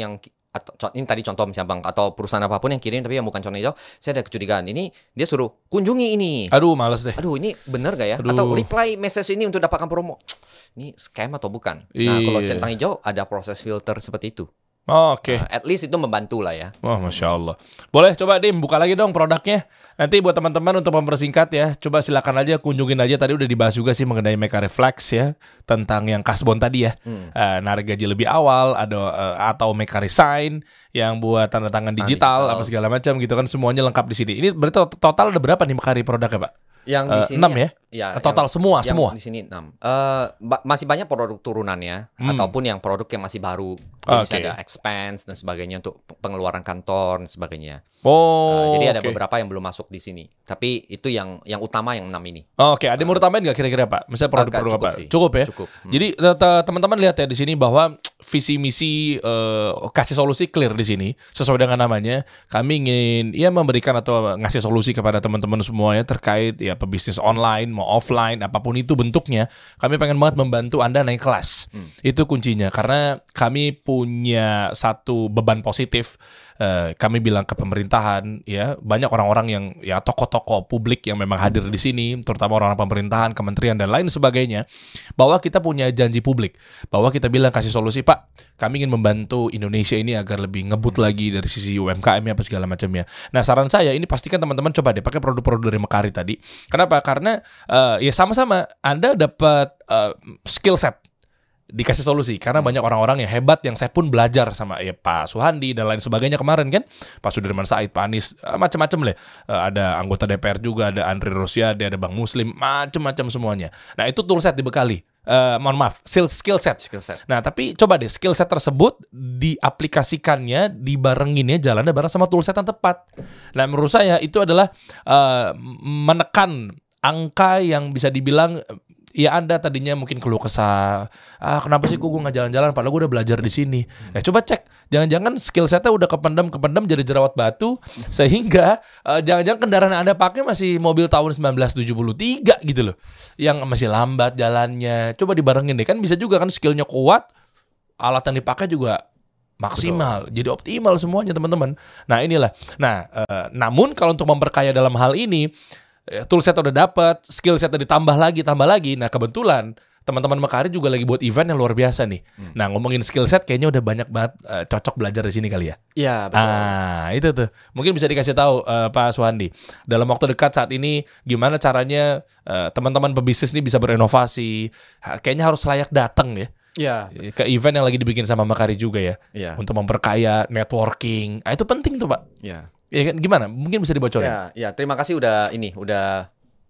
atau co- ini tadi contoh misalnya bank atau perusahaan apapun yang kirim tapi yang bukan zona hijau, saya ada kecurigaan. Ini dia suruh kunjungi ini. Aduh, males deh. Aduh, ini bener gak ya? Aduh. Atau reply message ini untuk dapatkan promo. Ini scam atau bukan? Nah, kalau Iya. centang hijau ada proses filter seperti itu. Oh, oke. Nah, at least itu membantu lah ya. Wah, Masya Allah. Boleh coba Dim, buka lagi dong produknya. Nanti buat teman-teman untuk mempersingkat ya, coba silakan aja kunjungin aja. Tadi udah dibahas juga sih mengenai Meka Reflex ya, tentang yang kasbon tadi ya. Hmm. Eh, narik gaji lebih awal, ada eh, atau Meka Resign yang buat tanda tangan digital, digital. apa segala macam gitu kan, semuanya lengkap di sini. Ini berarti to- total ada berapa nih Mekari produknya, Pak? Yang di Eh, sini enam ya? Ya, Total yang- semua, yang semua. Di sini enam. Eh, ba- masih banyak produk turunannya Hmm. ataupun yang produk yang masih baru. Jadi Oke. bisa ada expense dan sebagainya untuk pengeluaran kantor dan sebagainya. Oh, Nah, jadi ada oke. beberapa yang belum masuk di sini. Tapi itu yang yang utama yang enam ini. Oh, Oke, ada yang mau tambahin nggak kira-kira Pak? Misalnya produk-produk Agak apa? cukup sih. Cukup ya. Cukup. Hmm. Jadi te- te- teman-teman lihat ya di sini bahwa visi misi eh, kasih solusi clear di sini sesuai dengan namanya. Kami ingin ya memberikan atau ngasih solusi kepada teman-teman semuanya terkait ya pebisnis online mau offline apapun itu bentuknya. Kami pengen banget membantu Anda naik kelas. Hmm. Itu kuncinya karena kami punya satu beban positif. Eh, kami bilang ke pemerintahan ya banyak orang-orang yang ya tokoh-tokoh publik yang memang hadir di sini terutama orang-orang pemerintahan, kementerian dan lain sebagainya bahwa kita punya janji publik bahwa kita bilang kasih solusi Pak kami ingin membantu Indonesia ini agar lebih ngebut lagi dari sisi U M K M-nya apa segala macamnya. Nah saran saya ini pastikan teman-teman coba deh pakai produk-produk dari Mekari tadi. Kenapa? Karena eh, ya sama-sama Anda dapat eh, skill set dikasih solusi karena banyak orang-orang yang hebat yang saya pun belajar sama ya Pak Suhandi dan lain sebagainya kemarin kan Pak Sudirman Said, Pak Anies eh, macam-macam lah. Eh, ada anggota D P R juga, ada Andri Rosiade, ada Bang Muslim, macam-macam semuanya. Nah itu toolset dibekali. Eh, mohon maaf, skill skill set. Skill set. Nah tapi coba deh skill set tersebut diaplikasikannya, dibarenginnya jalannya bareng sama toolset yang tepat. Nah menurut saya itu adalah eh, menekan angka yang bisa dibilang ya Anda tadinya mungkin keluh kesah, ah kenapa sih gue nggak jalan-jalan padahal gue udah belajar di sini. Nah coba cek, jangan-jangan skill setnya udah kependam-kependam jadi jerawat batu sehingga eh, jangan-jangan kendaraan yang Anda pakai masih mobil tahun sembilan belas tujuh puluh tiga gitu loh, yang masih lambat jalannya. Coba dibarengin deh, kan bisa juga kan skillnya kuat, alat yang dipakai juga maksimal, jadi optimal semuanya teman-teman. Nah inilah, nah eh, namun kalau untuk memperkaya dalam hal ini toolset udah dapat, skill set ditambah lagi, tambah lagi. Nah kebetulan teman-teman Mekari juga lagi buat event yang luar biasa nih. Hmm. Nah ngomongin skill set kayaknya udah banyak banget uh, cocok belajar di sini kali ya. Iya, betul. Ah itu tuh, mungkin bisa dikasih tahu uh, Pak Suhandi dalam waktu dekat saat ini gimana caranya uh, teman-teman pebisnis ini bisa berinovasi. Ha, kayaknya harus layak datang ya. Iya. Ke event yang lagi dibikin sama Mekari juga ya. Iya. Untuk memperkaya networking. Ah itu penting tuh Pak. Iya. Ya kan gimana? Mungkin bisa dibocorin. Ya, ya, terima kasih udah ini, udah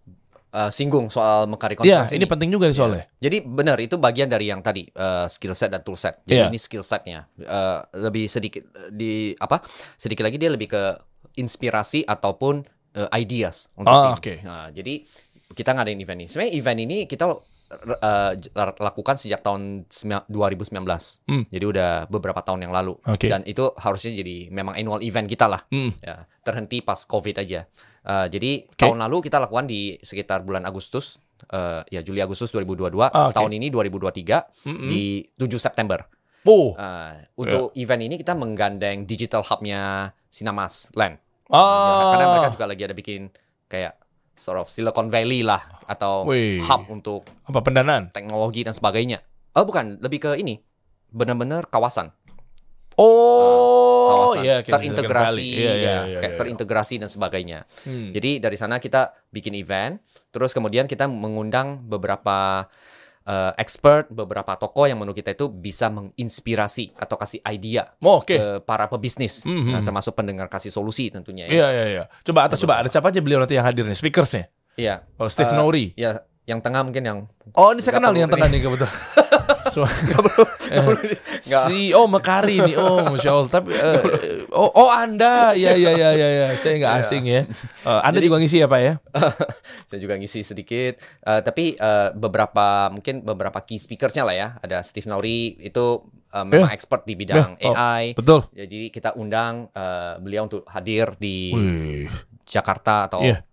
uh, singgung soal Mekari Iya, Conference ini penting juga nih soalnya. Ya. Jadi benar itu bagian dari yang tadi uh, skill set dan tool set. Jadi Iya. ini skill setnya uh, lebih sedikit di apa? Sedikit lagi dia lebih ke inspirasi ataupun uh, ideas untuk Oh, tim. oke. Nah, jadi kita ngadain event ini. Sebenarnya event ini kita uh, lakukan sejak tahun dua ribu sembilan belas. Hmm. Jadi udah beberapa tahun yang lalu. Oke. Dan itu harusnya jadi memang annual event kita lah. Hmm. Ya, terhenti pas COVID aja. Uh, jadi Oke. tahun lalu kita lakukan di sekitar bulan Agustus, uh, ya Juli Agustus dua ribu dua puluh dua. Ah, oke. Tahun ini dua ribu dua puluh tiga Mm-mm. di tujuh September. Oh. Uh, untuk event ini kita menggandeng digital hub-nya Sinamas Land. Ah. Karena mereka juga lagi ada bikin kayak sort of Silicon Valley lah atau Wih. hub untuk Apa pendanaan? teknologi dan sebagainya. Oh bukan, lebih ke ini, benar-benar kawasan. Oh, kawasan iya, kayak terintegrasi, Silicon Valley. Iya, iya, ya, iya, kayak iya. terintegrasi dan sebagainya. Hmm. Jadi dari sana kita bikin event, terus kemudian kita mengundang beberapa uh, expert, beberapa tokoh yang menurut kita itu bisa menginspirasi atau kasih idea Oh, oke. ke para pebisnis, Mhm. nah, termasuk pendengar kasih solusi tentunya. Iya, Ya. iya, iya. Coba atas coba ada siapa aja beliau nanti yang hadir nih? Speakersnya. Iya. Oh, Steve Eh, Nori. Ya, yang tengah mungkin yang Oh, ini saya nggak kenal nih perlu yang tengah ini. nih kebetulan. So, C E O Mekari nih. Oh, Masya Allah. Tapi eh, oh, oh Anda. Ya, ya, ya, ya, ya. Saya nggak Iya. asing ya. Eh, anda Jadi- juga ngisi ya, Pak ya? saya juga ngisi sedikit, Eh, tapi eh, beberapa mungkin beberapa key speakersnya lah ya. Ada Steve Nauri itu eh, memang Ya. expert di bidang Ya, oh, A I. Betul. Jadi kita undang eh, beliau untuk hadir di Wih. Jakarta atau Iya.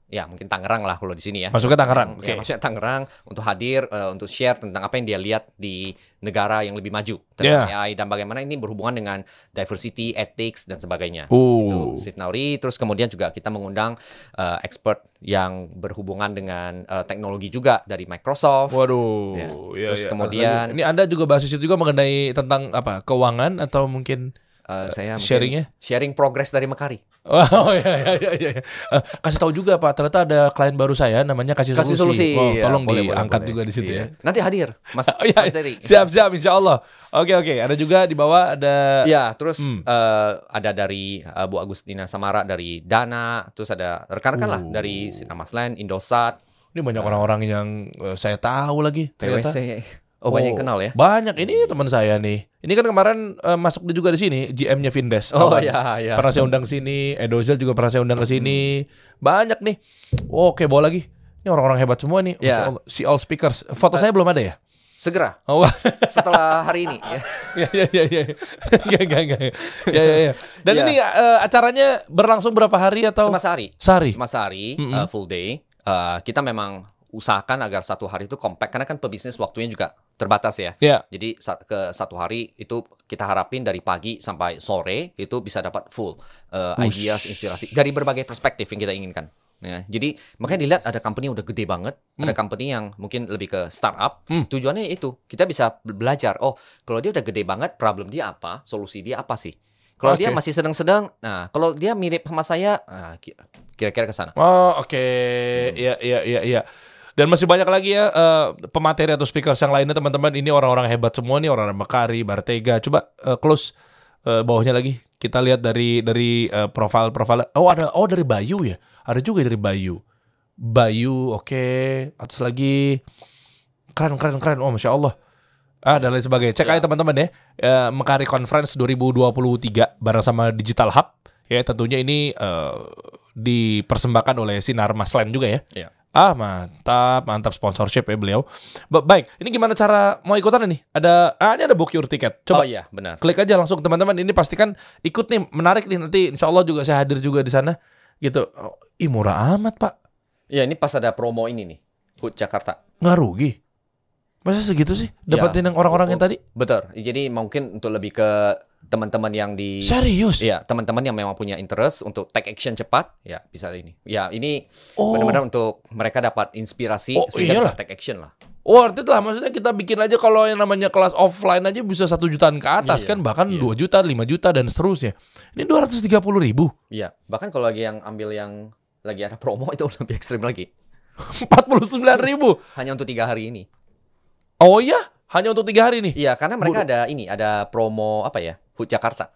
ya mungkin Tangerang lah kalau di sini ya. Masuknya Tangerang. Yang- Oke. ya, maksudnya Tangerang untuk hadir uh, untuk share tentang apa yang dia lihat di negara yang lebih maju tentang Yeah. A I dan bagaimana ini berhubungan dengan diversity, ethics dan sebagainya. Oh. Itu Steve Nauri. Terus kemudian juga kita mengundang uh, expert yang berhubungan dengan uh, teknologi juga dari Microsoft. Waduh. Ya. Iya, Terus iya. kemudian- ini Anda juga bahas itu juga mengenai tentang apa? Keuangan atau mungkin Uh, saya mungkin sharingnya? sharing progress dari Mekari. Oh iya iya iya iya. Eh, kasih tahu juga Pak, ternyata ada klien baru saya namanya Kasih Solusi. Kasih solusi. Oh, ya, tolong boleh, boleh, diangkat boleh. juga di situ Iya. ya. Nanti hadir, Mas. Oh, iya, Mas Jerry. siap-siap insya Allah. Oke oke, ada juga di bawah ada Ya, terus Hmm. eh, ada dari eh, Bu Agustina Samara dari Dana, terus ada rekan-rekan lah Uh. dari Sinar Maslen, Indosat, ini banyak orang-orang yang eh, saya tahu lagi P W ternyata. C. Oh, banyak yang kenal ya. Banyak ini teman saya nih. Ini kan kemarin eh, masuk juga di sini G M-nya Vindes. Oh Kawan. ya, ya. Pernah saya undang ke sini, Edozel juga pernah saya undang ke sini. Banyak nih. Oke, bawa lagi. Ini orang-orang hebat semua nih. Ya. Masya Allah. Si all speakers. Foto saya belum ada ya? Segera Oh, setelah hari ini ya. ya ya ya ya. Enggak enggak enggak. Ya ya ya. Dan Ya. ini eh, acaranya berlangsung berapa hari atau Cuma sehari. sehari? Cuma sehari, Mm-mm. uh, full day. Uh, kita memang usahakan agar satu hari itu compact karena kan pebisnis waktunya juga terbatas ya. Ya. Jadi sa- ke satu hari itu kita harapin dari pagi sampai sore itu bisa dapat full uh, Ush. ideas, inspirasi dari berbagai perspektif yang kita inginkan. Ya, jadi makanya dilihat ada company yang udah gede banget, ada company yang mungkin lebih ke startup. Hmm. Tujuannya itu kita bisa be- belajar. Oh, kalau dia udah gede banget, problem dia apa, solusi dia apa sih? Kalau dia Oke. masih sedang-sedang, nah kalau dia mirip sama saya, nah, ki- kira-kira ke sana. Oh, oke. Iya iya iya iya. Dan masih banyak lagi ya eh, pemateri atau speakers yang lainnya teman-teman. Ini orang-orang hebat semua nih, orang-orang Mekari, Bartega. Coba eh, close eh, bawahnya lagi. Kita lihat dari dari eh, profil-profil. Oh, ada oh dari Bayu ya. Ada juga dari Bayu. Bayu, oke. Atas lagi keren keren keren. Oh, Masya Allah. Ah, dan lain sebagainya. Cek Ya. aja teman-teman ya. Eh, Mekari Conference dua ribu dua puluh tiga bareng sama Digital Hub. Ya, tentunya ini eh, dipersembahkan oleh Sinar Maslen juga ya. Iya. Ah, mantap, mantap sponsorship ya beliau. Ba- baik, ini gimana cara mau ikutan ini? Ada ah ini ada book your ticket. Oh Coba iya, benar. klik aja langsung teman-teman. Ini pastikan ikut nih, menarik nih nanti insya Allah juga saya hadir juga di sana gitu. Oh, ih murah amat, Pak. Ya ini pas ada promo ini nih, Hood Jakarta. Nggak rugi. Masa segitu sih Ya. dapetin yang orang-orang yang tadi? Betul. Jadi mungkin untuk lebih ke teman-teman yang di Serius? Iya, teman-teman yang memang punya interest untuk take action cepat, ya bisa ini. Ya, ini Oh. benar-benar untuk mereka dapat inspirasi Oh, sehingga iyalah. bisa take action lah. Worth it lah, maksudnya kita bikin aja kalau yang namanya kelas offline aja bisa satu jutaan ke atas Iya, kan, bahkan iya. dua juta, lima juta dan seterusnya. Ini dua ratus tiga puluh ribu, Iya, bahkan kalau lagi yang ambil yang lagi ada promo itu lebih ekstrim lagi. empat puluh sembilan ribu. Hanya untuk tiga hari ini. Oh iya, hanya untuk tiga hari nih. Iya, karena mereka ada ini, ada promo apa ya? Hood Jakarta.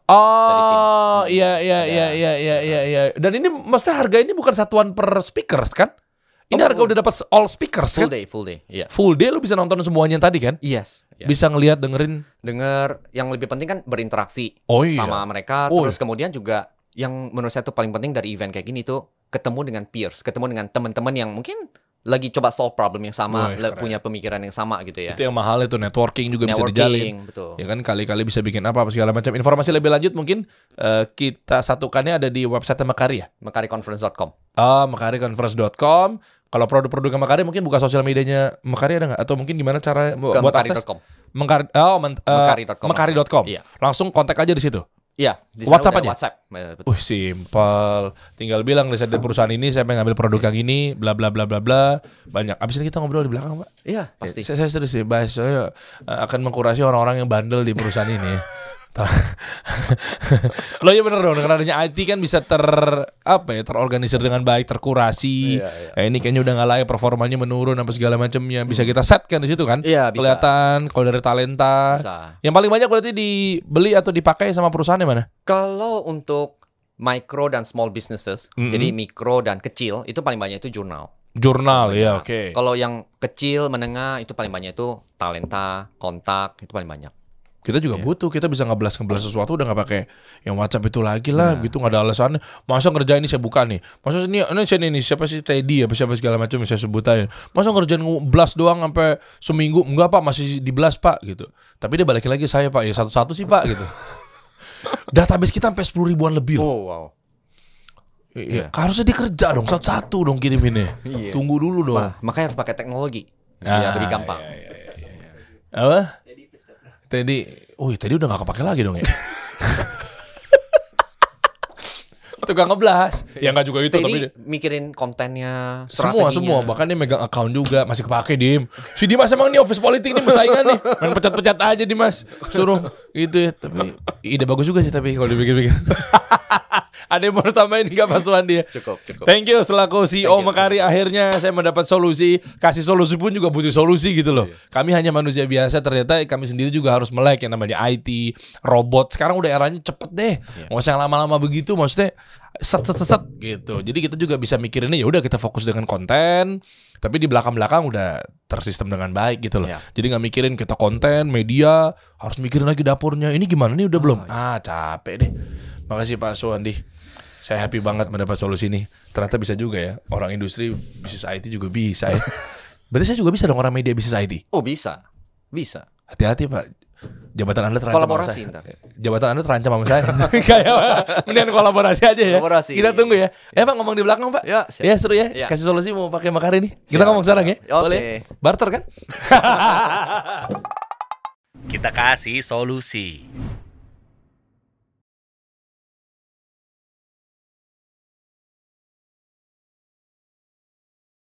Oh tim. iya iya Ada. iya iya iya iya iya. Dan ini maksudnya harga ini bukan satuan per speakers kan? Ini Oh, harga full. udah dapat all speakers Full kan? day, full day. Iya. Full day lu bisa nonton semuanya yang tadi kan? Yes. Iya. Bisa ngelihat dengerin. Dengar yang lebih penting kan berinteraksi Oh iya. sama mereka. Oh Terus kemudian juga yang menurut saya tuh paling penting dari event kayak gini tuh ketemu dengan peers, ketemu dengan teman-teman yang mungkin lagi coba solve problem yang sama, Wah, le- keren. punya pemikiran yang sama gitu ya. Itu yang mahal itu networking juga bisa dijalin. Networking, betul. Ya kan kali-kali bisa bikin apa apa segala macam. Informasi lebih lanjut mungkin eh, kita satukannya ada di website Mekari ya. Mekari Conference dot com. Ah, mekari conference dot com. Kalau produk-produk Mekari mungkin buka sosial medianya Mekari ada nggak? Atau mungkin gimana cara Ke buat mekari akses? dot com. Mekari, oh, men, eh, mekari dot com. mekari dot com. Iya. Langsung kontak aja di situ. Iya, di sana WhatsApp udah aja? WhatsApp. Eh, betul. Uh, simpel. Tinggal bilang riset dari perusahaan ini saya pengen ngambil produk yang ini, bla bla bla bla bla. Banyak. Abis ini kita ngobrol di belakang, Pak. Iya, pasti. Saya, saya serius sih, bahas saya eh, akan mengkurasi orang-orang yang bandel di perusahaan ini. Loh ya bener dong, dengan adanya I T kan bisa ter apa ya terorganisir dengan baik, terkurasi. Iya, iya. Eh, ini kayaknya udah nggak layak, performanya menurun apa segala macamnya. Bisa kita set kan di situ kan? Iya, bisa. Kelihatan kalau dari talenta. Bisa. Yang paling banyak berarti dibeli atau dipakai sama perusahaannya mana? Kalau untuk micro dan small businesses, Mm-mm. jadi mikro dan kecil, itu paling banyak itu jurnal. Jurnal ya, Nah, oke. Kalau yang kecil, menengah, itu paling banyak itu talenta, kontak, itu paling banyak. Kita juga Iya. butuh, kita bisa ngeblas-ngeblas sesuatu udah nggak pakai yang WhatsApp itu lagi lah, gitu nggak ada alasannya. Masa ngerjain ini saya buka nih, masa ini ini saya ini siapa sih Teddy apa siapa segala macam yang saya sebutin. Masa ngerjain blast doang sampai seminggu, enggak Pak masih di blast Pak gitu. Tapi dia balikin lagi saya Pak ya satu-satu sih Pak gitu. Database kita sampai sepuluh ribuan lebih loh. Oh wow. Iya. Harusnya dia kerja dong, satu-satu dong kiriminnya. Iya. Tunggu dulu dong. Nah, makanya harus pakai teknologi. Ah, Biar lebih gampang. Iya, iya, iya, iya. Apa? Teddy, oh tadi udah gak kepake lagi dong ya. Tukang ngeblas. Ya nggak juga itu Teddy tapi mikirin kontennya, semua strateginya. semua bahkan dia megang account juga masih kepake Dim. Si Dimas emang nih office politik nih persaingan nih. Main pecat-pecat aja Dimas. Suruh gitu ya. Tapi ide bagus juga sih tapi kalau dipikir-pikir. Ada yang mau tambahin nggak Mas Wandi? Cukup, cukup. Thank you selaku C E O Thank you. Mekari, akhirnya saya mendapat solusi. Kasih solusi pun juga butuh solusi gitu loh. Kami hanya manusia biasa, ternyata kami sendiri juga harus melek yang namanya I T, robot. Sekarang udah eranya cepet deh. Nggak usah yang lama-lama begitu, maksudnya set set set set gitu. Jadi kita juga bisa mikirinnya ya udah kita fokus dengan konten, tapi di belakang-belakang udah tersistem dengan baik gitu loh. Ya. Jadi nggak mikirin kita konten, media, harus mikirin lagi dapurnya. Ini gimana nih udah belum? ya. Ah capek deh. Makasih Pak Suwandi. Saya happy banget mendapat solusi ini. Ternyata bisa juga ya. Orang industri bisnis I T juga bisa ya. Berarti saya juga bisa dong orang media bisnis I T. Oh bisa, bisa. Hati-hati Pak. Jabatan Anda terancam sama Kolaborasi saya. ntar. Jabatan Anda terancam sama saya. Kayak mendingan kolaborasi aja ya. Kolaborasi. Kita tunggu ya. Eh Pak ngomong di belakang Pak. Ya, siap. Ya seru ya. Ya. Kasih solusi mau pakai Mekari nih. Kita Siap, ngomong sekarang ya. siap. Oke. Boleh. Barter kan? Kita kasih solusi.